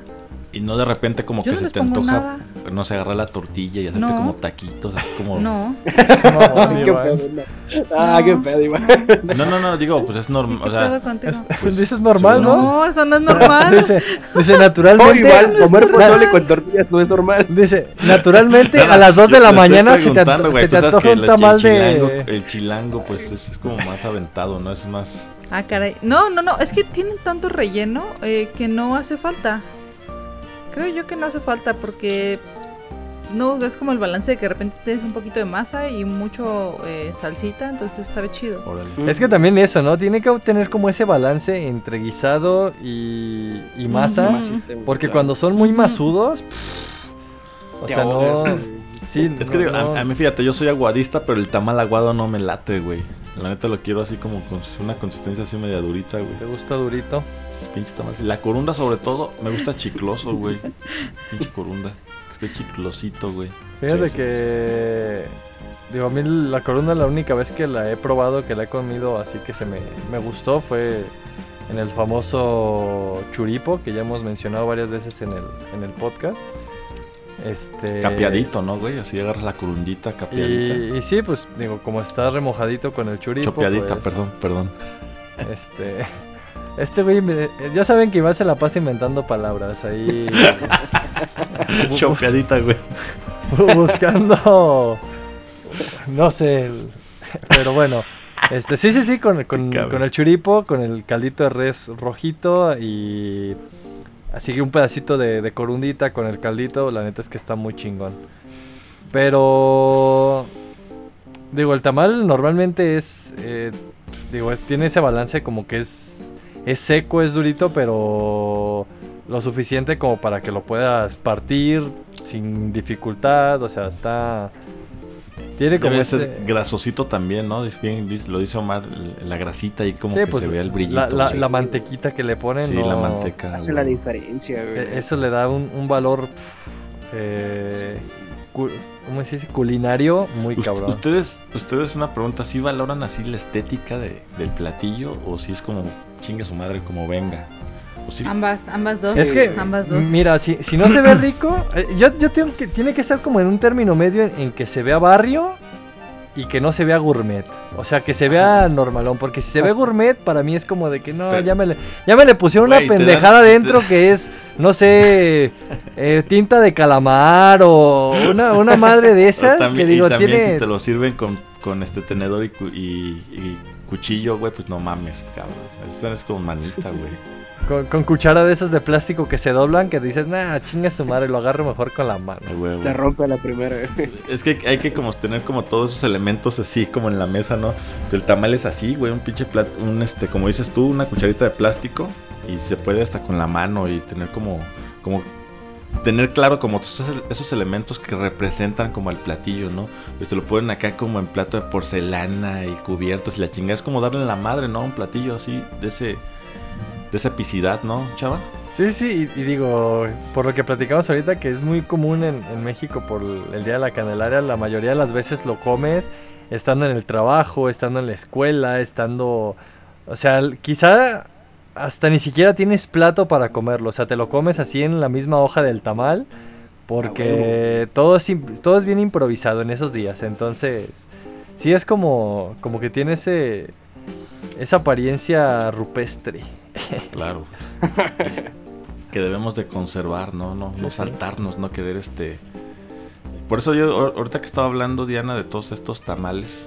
Y no de repente como Yo que no se les te pongo antoja, nada. no sé, agarrar la tortilla y hacerte No. como taquitos, así como... No. No, Qué Iván. pedo, no. Qué pedo, Iván. No, digo, pues es normal, ¿Qué o sea... pedo contigo? pues, Dices normal, seguro ¿no? No, eso no es normal. Dice No, naturalmente. igual, no es comer normal. pozole con tortillas no es normal. Dice, naturalmente Nada, a las 2 de yo la te estoy mañana se te, preguntando, güey, se tú te sabes antoja que un tamal el chilango, pues es como más aventado, ¿no? Es más... Ah, caray. No, es que tienen tanto relleno que no hace falta. Creo yo que no hace falta porque no es como el balance de que de repente tienes un poquito de masa y mucho salsita, entonces sabe chido. Órale. Es que también eso, ¿no? Tiene que tener como ese balance entre guisado y masa. Ujú. Porque cuando son muy masudos, o Te sea, no... ahogas, Sí, Es no, que digo, no. a mí fíjate, yo soy aguadista, pero el tamal aguado no me late, güey. La neta lo quiero así como con una consistencia así media durita, güey. ¿Te gusta durito? Es pinche tamal. La corunda sobre todo, me gusta chicloso, güey. Pinche corunda. Que esté chiclosito, güey. Fíjate Sí, que... Digo, a mí la corunda la única vez que la he probado, que la he comido así que me gustó fue en el famoso churipo, que ya hemos mencionado varias veces en el podcast. Capeadito, ¿no, güey? Así agarras la corundita capeadita. Y sí, pues digo, como está remojadito con el churipo. Chopeadita, pues, perdón. Este güey, ya saben que Iván se la pasa inventando palabras ahí. Chopeadita, güey. Buscando, no sé, pero bueno, sí, con el churipo, con el caldito de res rojito y así que un pedacito de corundita con el caldito, la neta es que está muy chingón. Pero digo, el tamal normalmente tiene ese balance como que es seco, es durito, pero lo suficiente como para que lo puedas partir sin dificultad, o sea, tiene como Debe ese... ser grasosito también, ¿no? Bien, lo dice Omar, la grasita y como Sí, que pues, se vea el brillito. la mantequita que le ponen, Sí, no- la manteca. Hace güey. la diferencia, güey. Eso le da un valor ¿cómo se dice? Culinario muy cabrón. ¿Ustedes una pregunta, ¿sí valoran así la estética del platillo o si es como chingue su madre como venga? O si, Ambas dos. Es que, ambas dos. mira, si no se ve rico, yo tengo que tiene que estar como en un término medio en que se vea barrio y que no se vea gourmet. O sea, que se vea normalón. Porque si se ve gourmet, para mí es como de que no, Pero- ya me le pusieron Güey, una te pendejada dan- dentro que es, no sé, tinta de calamar o una madre de esas. también, que digo, y también tiene... si te lo sirven con este tenedor y cuchillo, güey, pues no mames, cabrón. Esto es como manita, güey. Con cuchara de esas de plástico que se doblan, que dices, nah, chinga su madre, lo agarro mejor con la mano. Ay, güey, Te güey. rompe la primera, güey. Es que hay que como tener como todos esos elementos así como en la mesa, ¿no? El tamal es así, güey, un pinche como dices tú, una cucharita de plástico y se puede hasta con la mano y tener como tener claro como esos elementos que representan como al platillo, ¿no? Pues te lo ponen acá como en plato de porcelana y cubiertos y la chingada es como darle la madre, ¿no? Un platillo así de esa epicidad, ¿no, chava? Sí, y digo, por lo que platicamos ahorita, que es muy común en México por el Día de la Candelaria, la mayoría de las veces lo comes estando en el trabajo, estando en la escuela, o sea, quizá hasta ni siquiera tienes plato para comerlo, o sea, te lo comes así en la misma hoja del tamal, porque todo es bien improvisado en esos días, entonces, sí es como que tiene esa apariencia rupestre. Claro. Que debemos de conservar, no saltarnos, no querer Por eso yo ahorita que estaba hablando, Diana, de todos estos tamales,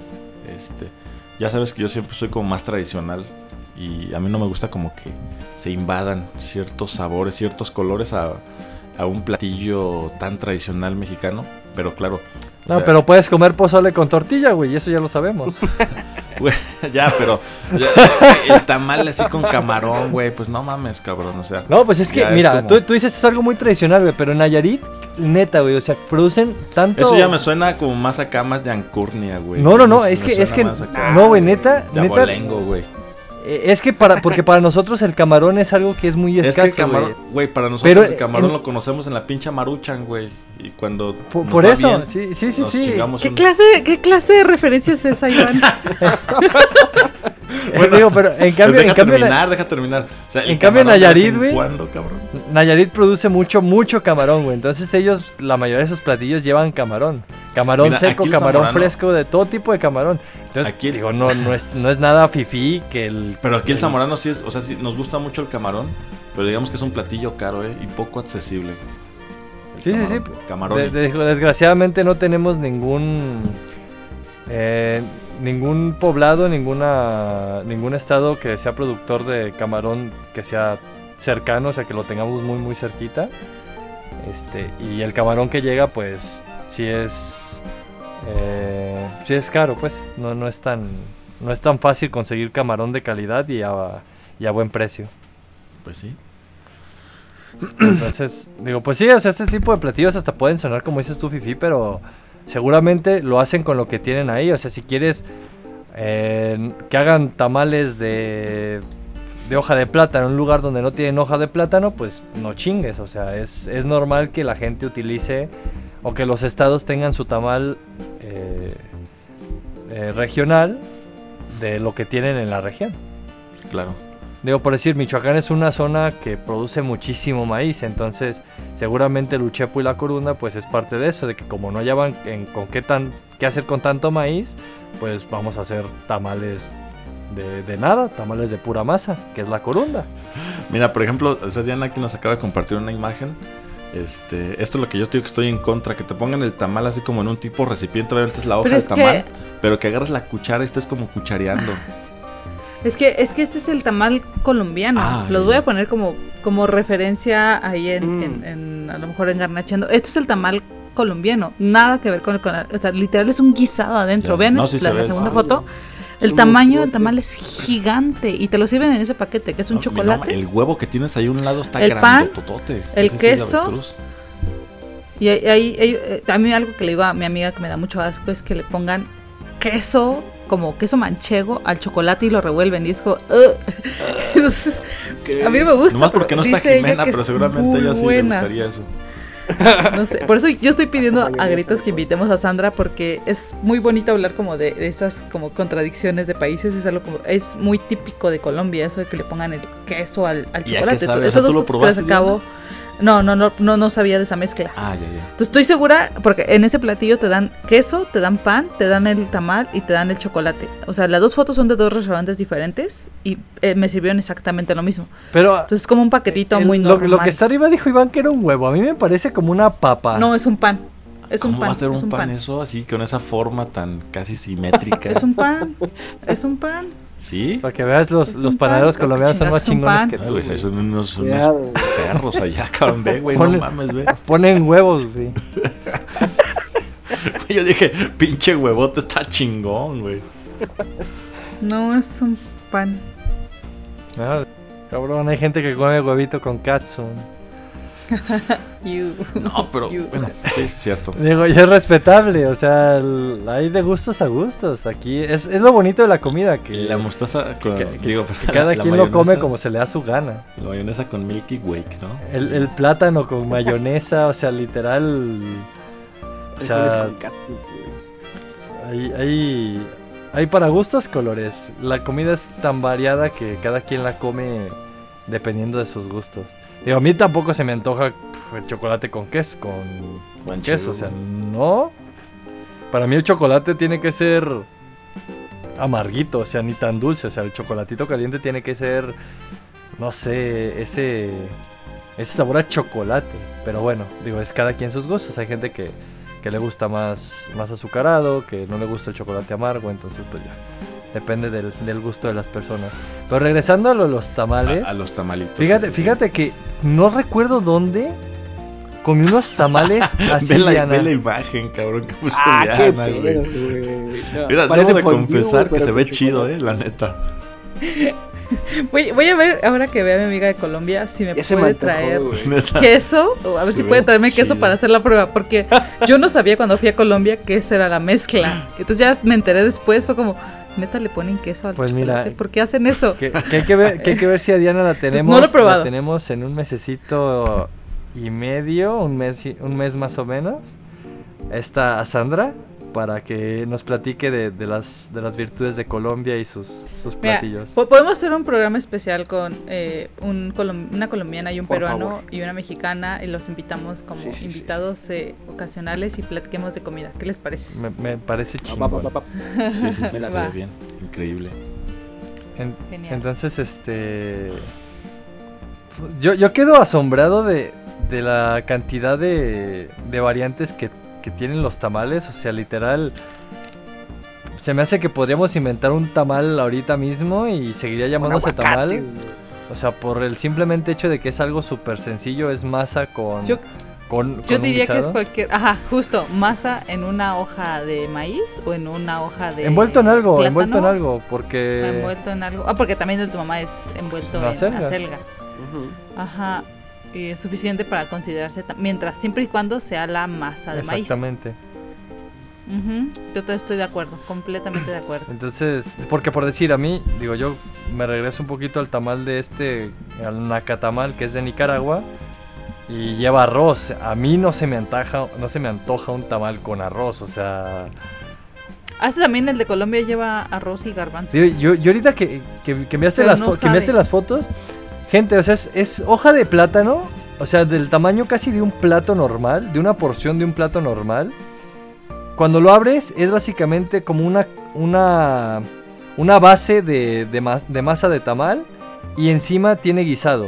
ya sabes que yo siempre soy como más tradicional y a mí no me gusta como que se invadan ciertos sabores, ciertos colores a un platillo tan tradicional mexicano, pero claro. No, pero puedes comer pozole con tortilla, güey, eso ya lo sabemos. Güey, pero el tamal así con camarón, güey, pues no mames, cabrón, o sea. No, pues es que, ya mira, es como- tú dices es algo muy tradicional, güey, pero en Nayarit, neta, güey, o sea, producen tanto... Eso ya me suena como más acá, más de Ancurnia, güey. No, Me es que, suena más acá no, güey, neta, de abolengo, güey. Es que porque para nosotros el camarón es algo que es muy escaso, es que el camarón, güey, para nosotros Pero el camarón lo conocemos en la pincha Maruchan, güey. Y cuando por eso, bien, sí. ¿Qué clase de referencia es esa, Iván? Bueno, digo, pero en cambio, deja terminar. O sea, en cambio Nayarit, güey. ¿Cuándo, cabrón? Nayarit produce mucho camarón, güey. Entonces ellos, la mayoría de esos platillos llevan camarón. Camarón Mira, seco, camarón zamorano, fresco, de todo tipo de camarón. Entonces, aquí digo, no es nada fifí que el... Pero aquí el zamorano sí es, o sea, sí nos gusta mucho el camarón, pero digamos que es un platillo caro, y poco accesible. Sí. Camarón. Desgraciadamente no tenemos ningún poblado, ningún estado que sea productor de camarón que sea cercano, o sea, que lo tengamos muy cerquita. Y el camarón que llega, pues, sí es caro, pues. No es tan fácil conseguir camarón de calidad y a buen precio. Pues sí. Entonces, digo, pues sí, o sea, este tipo de platillos hasta pueden sonar como dices tú, fifí, pero seguramente lo hacen con lo que tienen ahí. O sea, si quieres que hagan tamales de hoja de plátano en un lugar donde no tienen hoja de plátano, pues no chingues. O sea, es normal que la gente utilice o que los estados tengan su tamal regional de lo que tienen en la región. Claro. Digo, por decir, Michoacán es una zona que produce muchísimo maíz, entonces seguramente el uchepo y la corunda pues es parte de eso, de que como no hallaban con qué hacer con tanto maíz, pues vamos a hacer tamales de nada, tamales de pura masa, que es la corunda. Mira, por ejemplo, o sea, Diana aquí nos acaba de compartir una imagen. Esto es lo que yo te digo que estoy en contra, que te pongan el tamal así como en un tipo recipiente, obviamente es la hoja del tamal, pero que agarres la cuchara y estés como cuchareando. Es que este es el tamal colombiano. Los voy a poner como referencia ahí en a lo mejor en Garnacheando. Este es el tamal colombiano. Nada que ver con o sea, literal es un guisado adentro. Vean la segunda foto. El tamaño del tamal es gigante y te lo sirven en ese paquete, que es un chocolate. El huevo que tienes ahí a un lado está el grandototote. Pan, el queso. Y a mí algo que le digo a mi amiga que me da mucho asco es que le pongan queso, como queso manchego al chocolate y lo revuelven y es como Entonces, a mí no me gusta. Nomás porque no está Jimena, pero seguramente ella sí le gustaría eso. No sé, por eso yo estoy pidiendo a gritos que invitemos a Sandra, porque es muy bonito hablar como de estas como contradicciones de países. Es algo como, es muy típico de Colombia eso de que le pongan el queso al chocolate. Estos dos fotos que les acabo. No sabía de esa mezcla. Ya. Entonces estoy segura, porque en ese platillo te dan queso, te dan pan, te dan el tamal y te dan el chocolate. O sea, las dos fotos son de dos restaurantes diferentes y me sirvieron exactamente lo mismo. Pero entonces es como un paquetito muy normal. Lo que está arriba dijo Iván que era un huevo. A mí me parece como una papa. No, es un pan. ¿Cómo va a ser un pan eso así, con esa forma tan casi simétrica? Es un pan. ¿Sí? Para que veas, los panaderos colombianos son más chingones que tú. Pues son unos perros allá, cabrón, ve, güey, no mames, ve. Ponen huevos, güey. Yo dije, pinche huevote está chingón, güey. No, es un pan. No, cabrón, hay gente que come huevito con katsu. No, pero bueno, sí, es cierto. Digo, y es respetable, o sea, hay de gustos a gustos. Aquí es lo bonito de la comida, que la mostaza cada quien lo come como se le da su gana. La mayonesa con Milky Wake, ¿no? El plátano con mayonesa, o sea, literal. O sea, hay para gustos colores. La comida es tan variada que cada quien la come dependiendo de sus gustos. Digo, a mí tampoco se me antoja el chocolate con queso, con queso, o sea, no. Para mí el chocolate tiene que ser amarguito, o sea, ni tan dulce, o sea, el chocolatito caliente tiene que ser, no sé, ese sabor a chocolate. Pero bueno, digo, es cada quien sus gustos. Hay gente que le gusta más azucarado, que no le gusta el chocolate amargo, entonces pues ya. Depende del gusto de las personas. Pero regresando a los tamales. A los tamalitos. Fíjate que no recuerdo dónde comí unos tamales así. Ve la imagen, cabrón, que puso Diana, güey. No, mira, debo de confesar que se ve chido, la neta. Voy a ver, ahora que vea a mi amiga de Colombia, si me puede traer queso, o a ver si puede traerme queso para hacer la prueba, porque yo no sabía cuando fui a Colombia que esa era la mezcla. Entonces ya me enteré después, fue como, Neta le ponen queso al Pues chocolate. mira, ¿Por qué hacen eso? Que hay que ver si a Diana la tenemos. No lo he probado. La tenemos en un mesecito y medio, un mes más o menos. A Sandra, para que nos platique de las virtudes de Colombia y sus Mira, platillos. podemos hacer un programa especial con una colombiana y un Por peruano favor. y una mexicana, y los invitamos como Sí. invitados ocasionales y platiquemos de comida. ¿Qué les parece? Me parece Pa, chingón. pa, pa, pa. Sí, Me la estaría va. bien. Increíble. Genial. Entonces, yo quedo asombrado de la cantidad de variantes que tienen los tamales. O sea, literal, se me hace que podríamos inventar un tamal ahorita mismo y seguiría llamándose Un aguacate, tamal. güey. O sea, por el simplemente hecho de que es algo súper sencillo, es masa con Yo un diría que es guisado. cualquier... Ajá, justo, masa en una hoja de maíz o en una hoja de Envuelto en algo, plátano. porque... Envuelto en algo. Porque también el de tu mamá es envuelto En en acelga. acelga. Ujú. Ajá. Y es suficiente para considerarse... mientras, siempre y cuando sea la masa de maíz. Exactamente. Ujú, yo todo estoy de acuerdo, completamente de acuerdo. Entonces, porque por decir a mí, digo, yo me regreso un poquito al tamal al nacatamal, que es de Nicaragua, y lleva arroz. A mí no se me antoja un tamal con arroz, o sea... También el de Colombia lleva arroz y garbanzo. Digo, yo ahorita que enviaste Pero no que enviaste sabe. las fotos, gente, o sea, es hoja de plátano, o sea, del tamaño casi de un plato normal, de una porción de un plato normal. Cuando lo abres es básicamente como una base de masa de tamal y encima tiene guisado.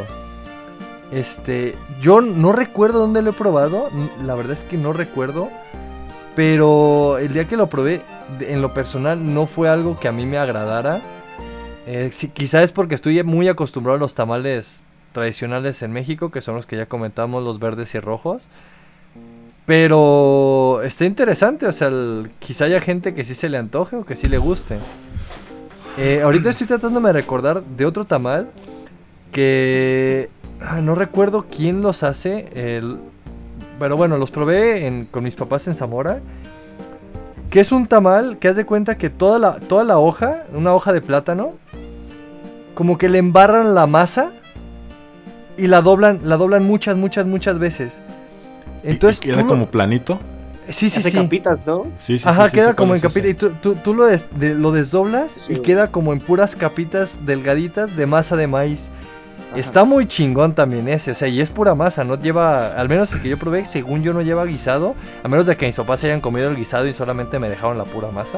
Yo no recuerdo dónde lo he probado, la verdad es que no recuerdo, pero el día que lo probé, en lo personal no fue algo que a mí me agradara. Quizá es porque estoy muy acostumbrado a los tamales tradicionales en México, que son los que ya comentamos, los verdes y rojos. Pero está interesante, o sea, quizá haya gente que sí se le antoje o que sí le guste. Ahorita estoy tratándome de recordar de otro tamal que no recuerdo quién los hace. Pero bueno, los probé con mis papás en Zamora. Que es un tamal que haz de cuenta que toda la hoja, una hoja de plátano, como que le embarran la masa y la doblan muchas veces. Entonces ¿Y queda como planito? Sí. Hace capitas, ¿no? Sí. Ajá, sí, queda sé como cuál en es ese. capitas. Y tú lo desdoblas Sí. y queda como en puras capitas delgaditas de masa de maíz. Ajá. Está muy chingón también ese, o sea, y es pura masa, no lleva, al menos el que yo probé, según yo no lleva guisado, a menos de que mis papás hayan comido el guisado y solamente me dejaron la pura masa.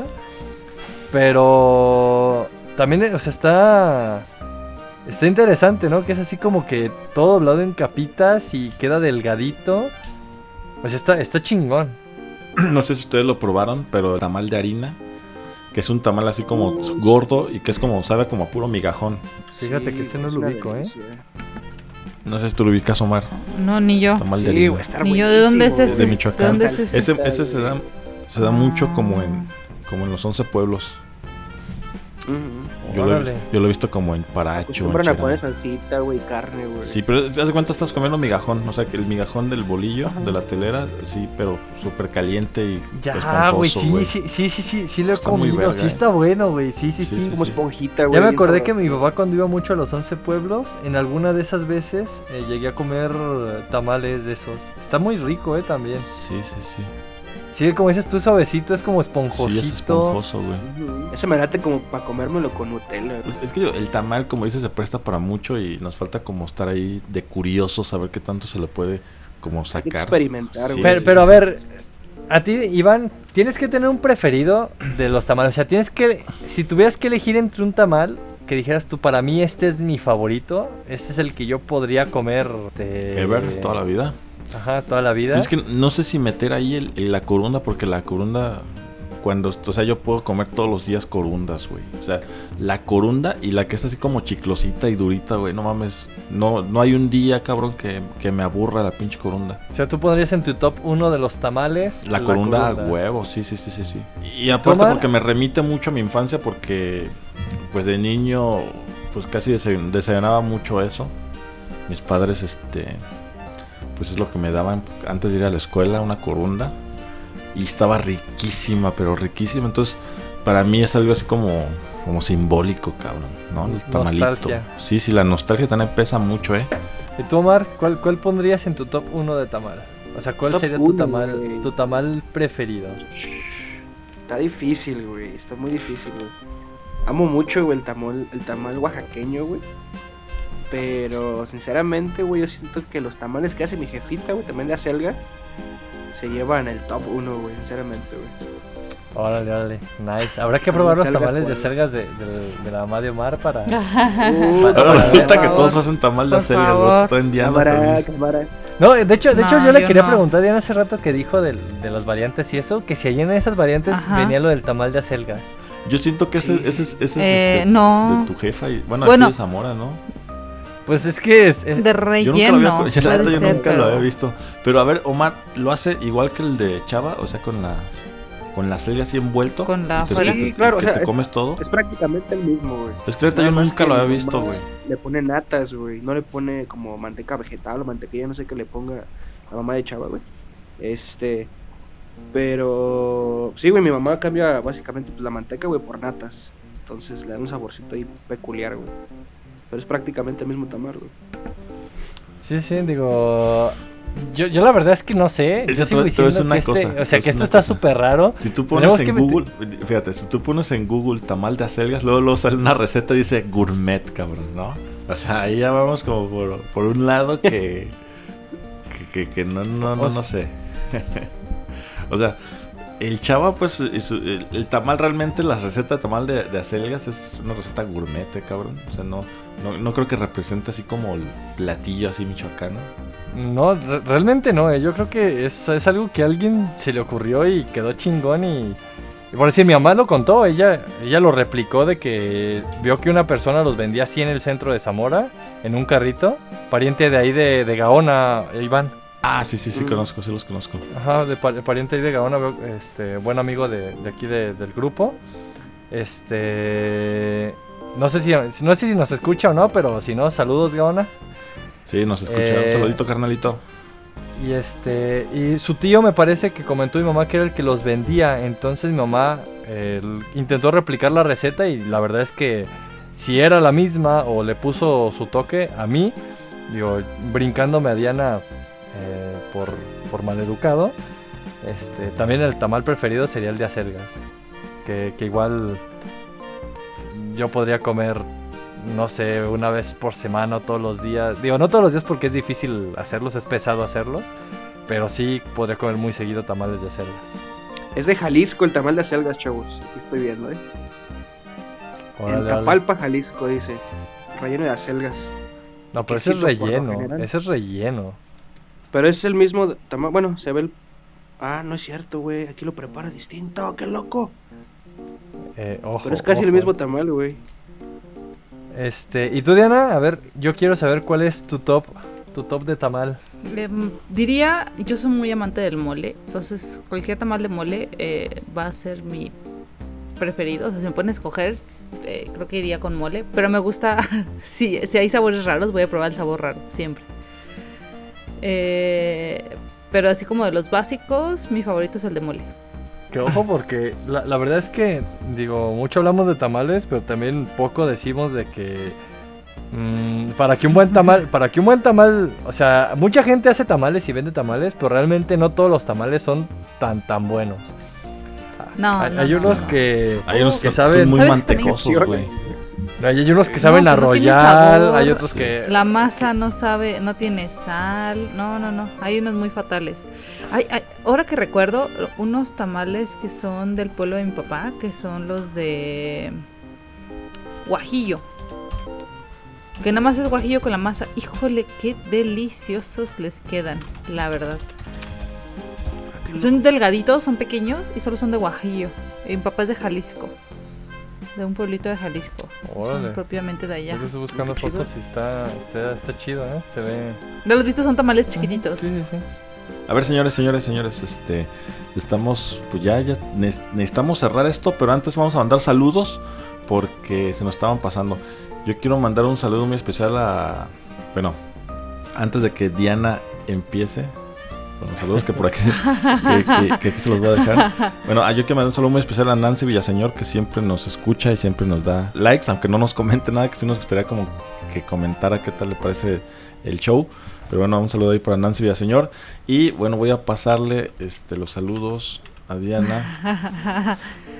Pero también, o sea, está interesante, ¿no? Que es así como que todo doblado en capitas y queda delgadito. O sea, está chingón. No sé si ustedes lo probaron, pero el tamal de harina, que es un tamal así como gordo y que es como, sabe como a puro migajón. Fíjate que ese no es lo una ubico, delicia. No sé si tú lo ubicas, Omar. No, ni yo. Tamal de Sí, harina. güey, está Ni yo, ¿de dónde es buenísimo, ese? De Michoacán. ¿De dónde es ese? Ese se da mucho como en los 11 pueblos. Ujú. Yo Órale. lo he visto como en Paracho. Acostumbran en a poner Cherán. salsita, güey, carne, güey. Sí, pero te das cuenta, estás comiendo migajón. O sea, que el migajón del bolillo, Ajá. de la telera, sí, pero súper caliente y Ya, esponjoso, güey, sí lo he Está muy comido, verga, sí está bueno, güey, sí. Sí, Como sí. esponjita, güey. Ya me bien acordé que sabroso. mi papá cuando iba mucho a los 11 pueblos, en alguna de esas veces llegué a comer tamales de esos. Está muy rico, también. Sí. Sí, como dices tú, suavecito, es como Sí, esponjosito. es esponjoso, güey. Ujú. Eso me late como para comérmelo con Nutella. güey. Es que el tamal, como dices, se presta para mucho y nos falta como estar ahí de curiosos, saber qué tanto se le puede como Hay que sacar. experimentar, Sí, güey. Pero a ver, a ti, Iván, tienes que tener un preferido de los tamales. O sea, si tuvieras que elegir entre un tamal que dijeras tú, para mí este es mi favorito, este es el que yo podría comer Ever, toda la vida. Ajá, toda la vida. Pero es que no sé si meter ahí la corunda, porque la corunda, o sea, yo puedo comer todos los días corundas, güey. O sea, la corunda y la que es así como chiclosita y durita, güey, no mames. No hay un día, cabrón, que me aburra la pinche corunda. O sea, tú pondrías en tu top 1 de los tamales La corunda a huevo, sí. Y aparte Omar? porque me remite mucho a mi infancia, porque pues de niño pues casi desayunaba mucho eso. Mis padres, pues es lo que me daban antes de ir a la escuela, una corunda. Y estaba riquísima, pero riquísima. Entonces para mí es algo así como simbólico, cabrón, ¿no? El tamalito. Nostalgia. Sí, la nostalgia también pesa mucho, ¿Y tú, Omar, cuál pondrías en tu top 1 de tamal? O sea, ¿cuál Top sería uno, güey. tu tamal preferido? Está difícil, güey. Está muy difícil, güey. Amo mucho, güey, el tamal oaxaqueño, güey. Pero, sinceramente, güey, yo siento que los tamales que hace mi jefita, güey, también de acelgas, se llevan el top 1, güey, sinceramente, güey. Órale, nice. Habrá que probar los Acelgas, tamales de güey. acelgas de la mamá de Omar para... Ahora resulta por que favor. todos hacen tamal de Por acelgas, favor. güey. Está en Diana también. Cámara. No, de hecho No, yo le yo quería no. preguntar a Diana hace rato que dijo de las variantes y eso, que si ahí en esas variantes Ajá. venía lo del tamal de acelgas. Yo siento que Sí. ese es no. de tu jefa y bueno, Bueno. aquí de Zamora, ¿no? Pues es que De Yo relleno. nunca lo había, la neta, puede yo ser, nunca lo pero- había visto. Pero a ver, Omar, ¿lo hace igual que el de Chava? O sea, con la selga así envuelto. Con la y te- fuera. y te- Sí, claro, que o sea, te comes todo. Es prácticamente el mismo, güey. Es que ahorita Nada yo más nunca que lo había mi visto, mamá güey. Le pone natas, güey. No le pone como manteca vegetal o mantequilla, no sé qué le ponga la mamá de Chava, güey. Pero sí, güey, mi mamá cambia básicamente pues, la manteca, güey, por natas. Entonces le da un saborcito ahí peculiar, güey. Pero es prácticamente el mismo tamal, güey. Sí, digo... Yo la verdad es que no sé. Es Yo que sigo te voy a decir diciendo una que cosa, o sea, te voy a que decir esto una está cosa. súper raro. Si tú pones Tenemos en que Google, fíjate, si tú pones en Google tamal de acelgas, luego sale una receta y dice gourmet, cabrón, ¿no? O sea, ahí ya vamos como por un lado que no sé. O sea, el Chava, pues, el tamal realmente, la receta de tamal de acelgas es una receta gourmet, cabrón. O sea, no creo que represente así como el platillo así michoacano. No, realmente no. Yo creo que es algo que a alguien se le ocurrió y quedó chingón y por decir, mi mamá lo contó, ella lo replicó de que vio que una persona los vendía así en el centro de Zamora, en un carrito, pariente de ahí de Gaona, Iván. Ah, sí, conozco, sí los conozco. Ajá, pariente ahí de Gaona, buen amigo de aquí del grupo. No sé si nos escucha o no, pero si no, saludos, Gaona. Sí, nos escucha. Un saludito, carnalito. Y su tío me parece que comentó mi mamá que era el que los vendía. Entonces mi mamá intentó replicar la receta y la verdad es que si era la misma o le puso su toque a mí, digo, brincándome a Diana por maleducado, también el tamal preferido sería el de acelgas. Que igual yo podría comer, no sé, una vez por semana o todos los días. Digo, no todos los días porque es difícil hacerlos, es pesado hacerlos. Pero sí podría comer muy seguido tamales de acelgas. Es de Jalisco el tamal de acelgas, chavos. Aquí estoy viendo, Órale, en Tapalpa, Jalisco, dice. Relleno de acelgas. No, pero ese es Quesito por lo relleno. general. Ese es relleno. Pero es el mismo tamal. Bueno, se ve el. Ah, no es cierto, güey. Aquí lo prepara distinto. ¡Qué loco! Ojo, Pero es casi el ojo. mismo tamal, güey. Y tú, Diana, a ver, yo quiero saber cuál es tu top de tamal. Diría, yo soy muy amante del mole, entonces cualquier tamal de mole va a ser mi preferido. O sea, si me ponen a escoger, creo que iría con mole, pero me gusta, si hay sabores raros, voy a probar el sabor raro, siempre. Pero así como de los básicos, mi favorito es el de mole. Que ojo, porque la verdad es que, digo, mucho hablamos de tamales, pero también poco decimos de que para que un buen tamal, o sea, mucha gente hace tamales y vende tamales, pero realmente no todos los tamales son tan buenos. Hay unos que saben muy ¿Sabes? mantecosos, güey. Hay unos que saben No, pues no tienen arrollar, sabor. hay otros que... La masa no tiene sal. No. Hay unos muy fatales. Ahora que recuerdo, unos tamales que son del pueblo de mi papá, que son los de guajillo. Que nada más es guajillo con la masa. Híjole, qué deliciosos les quedan, la verdad. Son delgaditos, son pequeños y solo son de guajillo. Mi papá es de Jalisco. De un pueblito de Jalisco. Órale. Son propiamente de allá. Yo estoy buscando Qué chido. fotos y está chido, ¿eh? Se ve... ¿No los has visto? Son tamales chiquititos. Sí. A ver, señores, estamos, pues ya necesitamos cerrar esto, pero antes vamos a mandar saludos porque se nos estaban pasando. Yo quiero mandar un saludo muy especial antes de que Diana empiece, Bueno, saludos que por aquí que aquí se los voy a dejar. Bueno, yo quiero mandar un saludo muy especial a Nancy Villaseñor, que siempre nos escucha y siempre nos da likes, aunque no nos comente nada, que sí nos gustaría como que comentara qué tal le parece el show. Pero bueno, un saludo ahí para Nancy Villaseñor. Y bueno, voy a pasarle los saludos a Diana.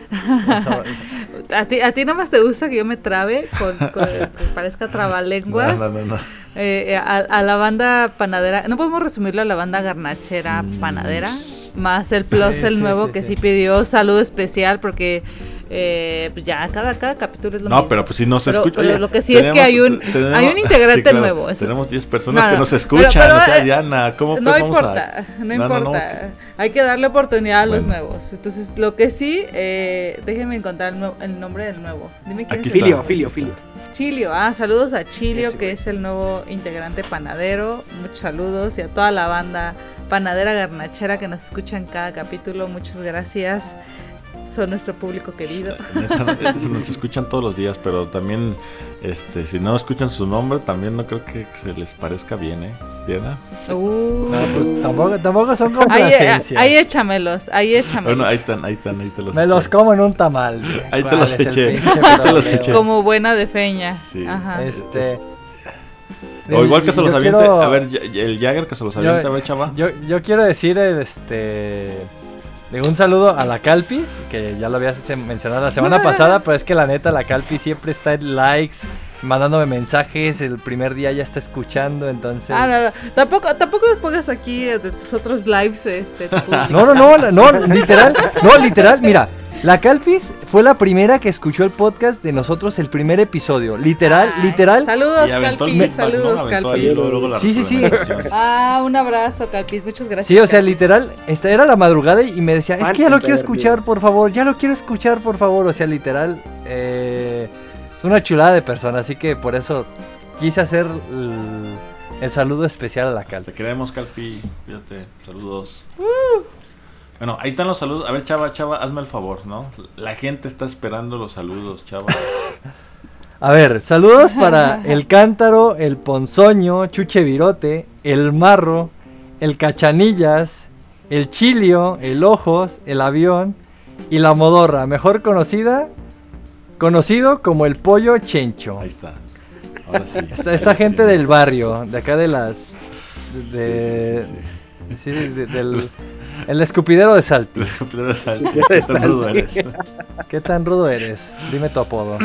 A ti nomás te gusta que yo me trabe que parezca trabalenguas. No. A la banda panadera, no podemos resumirlo a la banda garnachera panadera, más el plus, el nuevo que sí pidió saludo especial porque pues ya cada capítulo es lo mismo. No, pero pues si no se escucha. Pero lo que sí es que hay un integrante claro, nuevo. Tenemos 10 personas que nos escuchan, pero, o sea, Diana, ¿cómo no pues importa, no importa. Hay que darle oportunidad a los nuevos. Entonces, lo que sí, déjenme encontrar el nombre del nuevo. Dime quién es. Filio. Chilio, saludos a Chilio, que es el nuevo integrante panadero. Muchos saludos y a toda la banda panadera garnachera que nos escucha en cada capítulo. Muchas gracias. Son nuestro público querido. Nos escuchan todos los días, pero también si no escuchan su nombre, también no creo que se les parezca bien, Diana. No, pues tampoco son complacencias. Ahí échamelos. Bueno, ahí te los Me los como en un tamal. Ahí te los eché. Como buena de feña. Sí. Ajá. O igual que se los aviente, a ver, el Jagger que se los aviente, a ver, chava. Yo quiero decir un saludo a la Calpis, que ya lo habías mencionado la semana pasada, pero es que la neta la Calpis siempre está en likes, mandándome mensajes, el primer día ya está escuchando, entonces... No. Tampoco me pongas aquí de tus otros lives, literal, mira, la Calpis fue la primera que escuchó el podcast de nosotros, el primer episodio, literal. Saludos, Calpis, saludos, Calpis. Sí. Un abrazo, Calpis, muchas gracias. Sí, o sea, literal, esta era la madrugada y me decía, es que ya lo quiero escuchar, por favor, o sea, literal, es una chulada de persona, así que por eso quise hacer el saludo especial a la Calpis. Te queremos, Calpi, fíjate, saludos. Bueno, ahí están los saludos. A ver, Chava, hazme el favor, ¿no? La gente está esperando los saludos, Chava. A ver, saludos para el Cántaro, el Ponzoño, Chuche Virote, el Marro, el Cachanillas, el Chilio, el Ojos, el Avión y la Modorra, mejor conocido como el Pollo Chencho. Ahí está. Ahora sí. Esta gente del barrio, de acá de las... Sí, del... El escupidero de Salti. El escupidero de Salti. ¿Qué tan rudo eres? ¿Qué tan rudo eres? Dime tu apodo.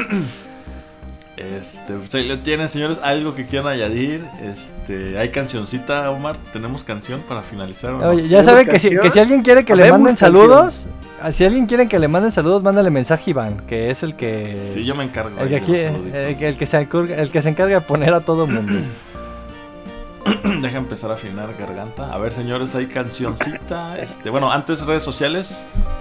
Pues ahí lo tienen, señores. Algo que quieran añadir. Hay cancioncita, Omar. ¿Tenemos canción para finalizar? ¿O no? Oye, ya saben que si alguien quiere que le manden saludos, si alguien quiere que le manden saludos, mándale mensaje a Iván, que es el que... Sí, yo me encargo. El que se encarga de poner a todo mundo. Deja empezar a afinar garganta. A ver, señores, hay cancioncita. Bueno, antes redes sociales.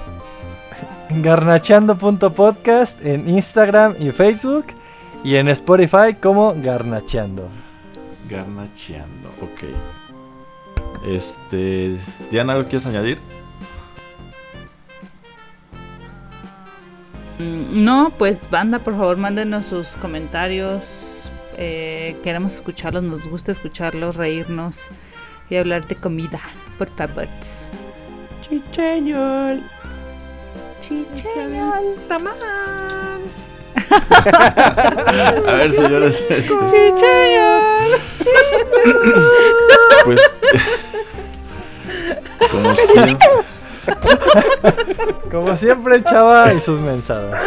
Garnacheando.podcast en Instagram y Facebook. Y en Spotify como Garnacheando. Garnacheando, ok. Diana, ¿algo quieres añadir? No, pues banda, por favor, mándenos sus comentarios. Queremos escucharlos, nos gusta escucharlos, reírnos y hablar de comida, por favor. Chicheñol, tamán. A ver, señores, pues como siempre, Chava y sus mensadas.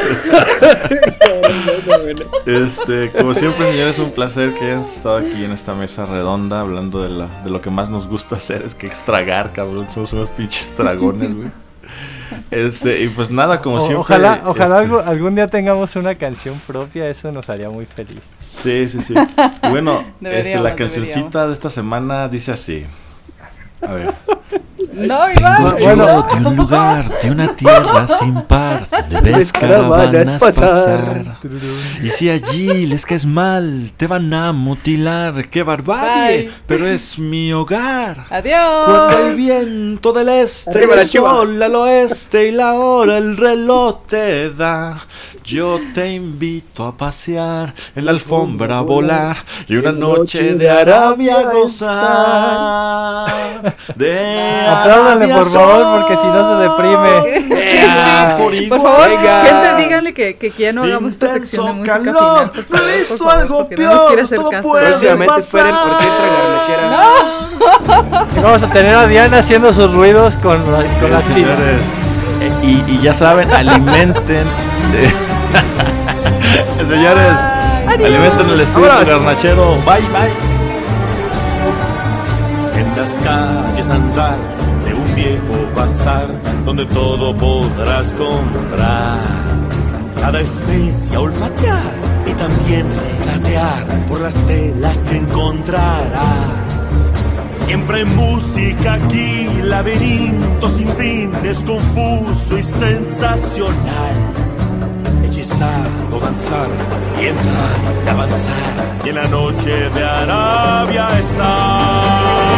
Como siempre, señores, un placer que hayan estado aquí en esta mesa redonda hablando de lo que más nos gusta hacer, es que extragar, cabrón. Somos unos pinches dragones, güey. Y pues nada, como siempre. Ojalá algún día tengamos una canción propia, eso nos haría muy feliz. Sí. Bueno, la cancioncita de esta semana dice así. A ver. No, Iván. Bueno, de un lugar, de una tierra sin par, donde ves caravanas pasar. Y si allí les caes mal, te van a mutilar. ¡Qué barbarie! Bye. Pero es mi hogar. Adiós. Cuando hay viento del este, Arriba el las Chivas. sol al oeste y la hora el reloj te da. Yo te invito a pasear en la alfombra a volar y una noche de Arabia a gozar. De Apláudale, Arabia por favor, porque si no se deprime. Ya, Por igual. favor, Venga. gente, díganle que ya no hagamos esta sección de música calor, final. Por no favor, he visto por favor, algo porque no nos quiere peor, hacer todo caso. puede Próximamente esperen pasar. orquesta garnachera. Y vamos a tener a Diana haciendo sus ruidos con la silla. Señores, y ya saben, alimenten. Señores, alimenten el espíritu Vámonos. garnachero. Bye, bye. En las calles andar de un viejo bazar donde todo podrás comprar. Cada especia olfatear y también regatear por las telas que encontrarás. Siempre hay música aquí, laberinto sin fin, es confuso y sensacional. Hechizar o danzar y entrar y avanzar y en la noche de Arabia está.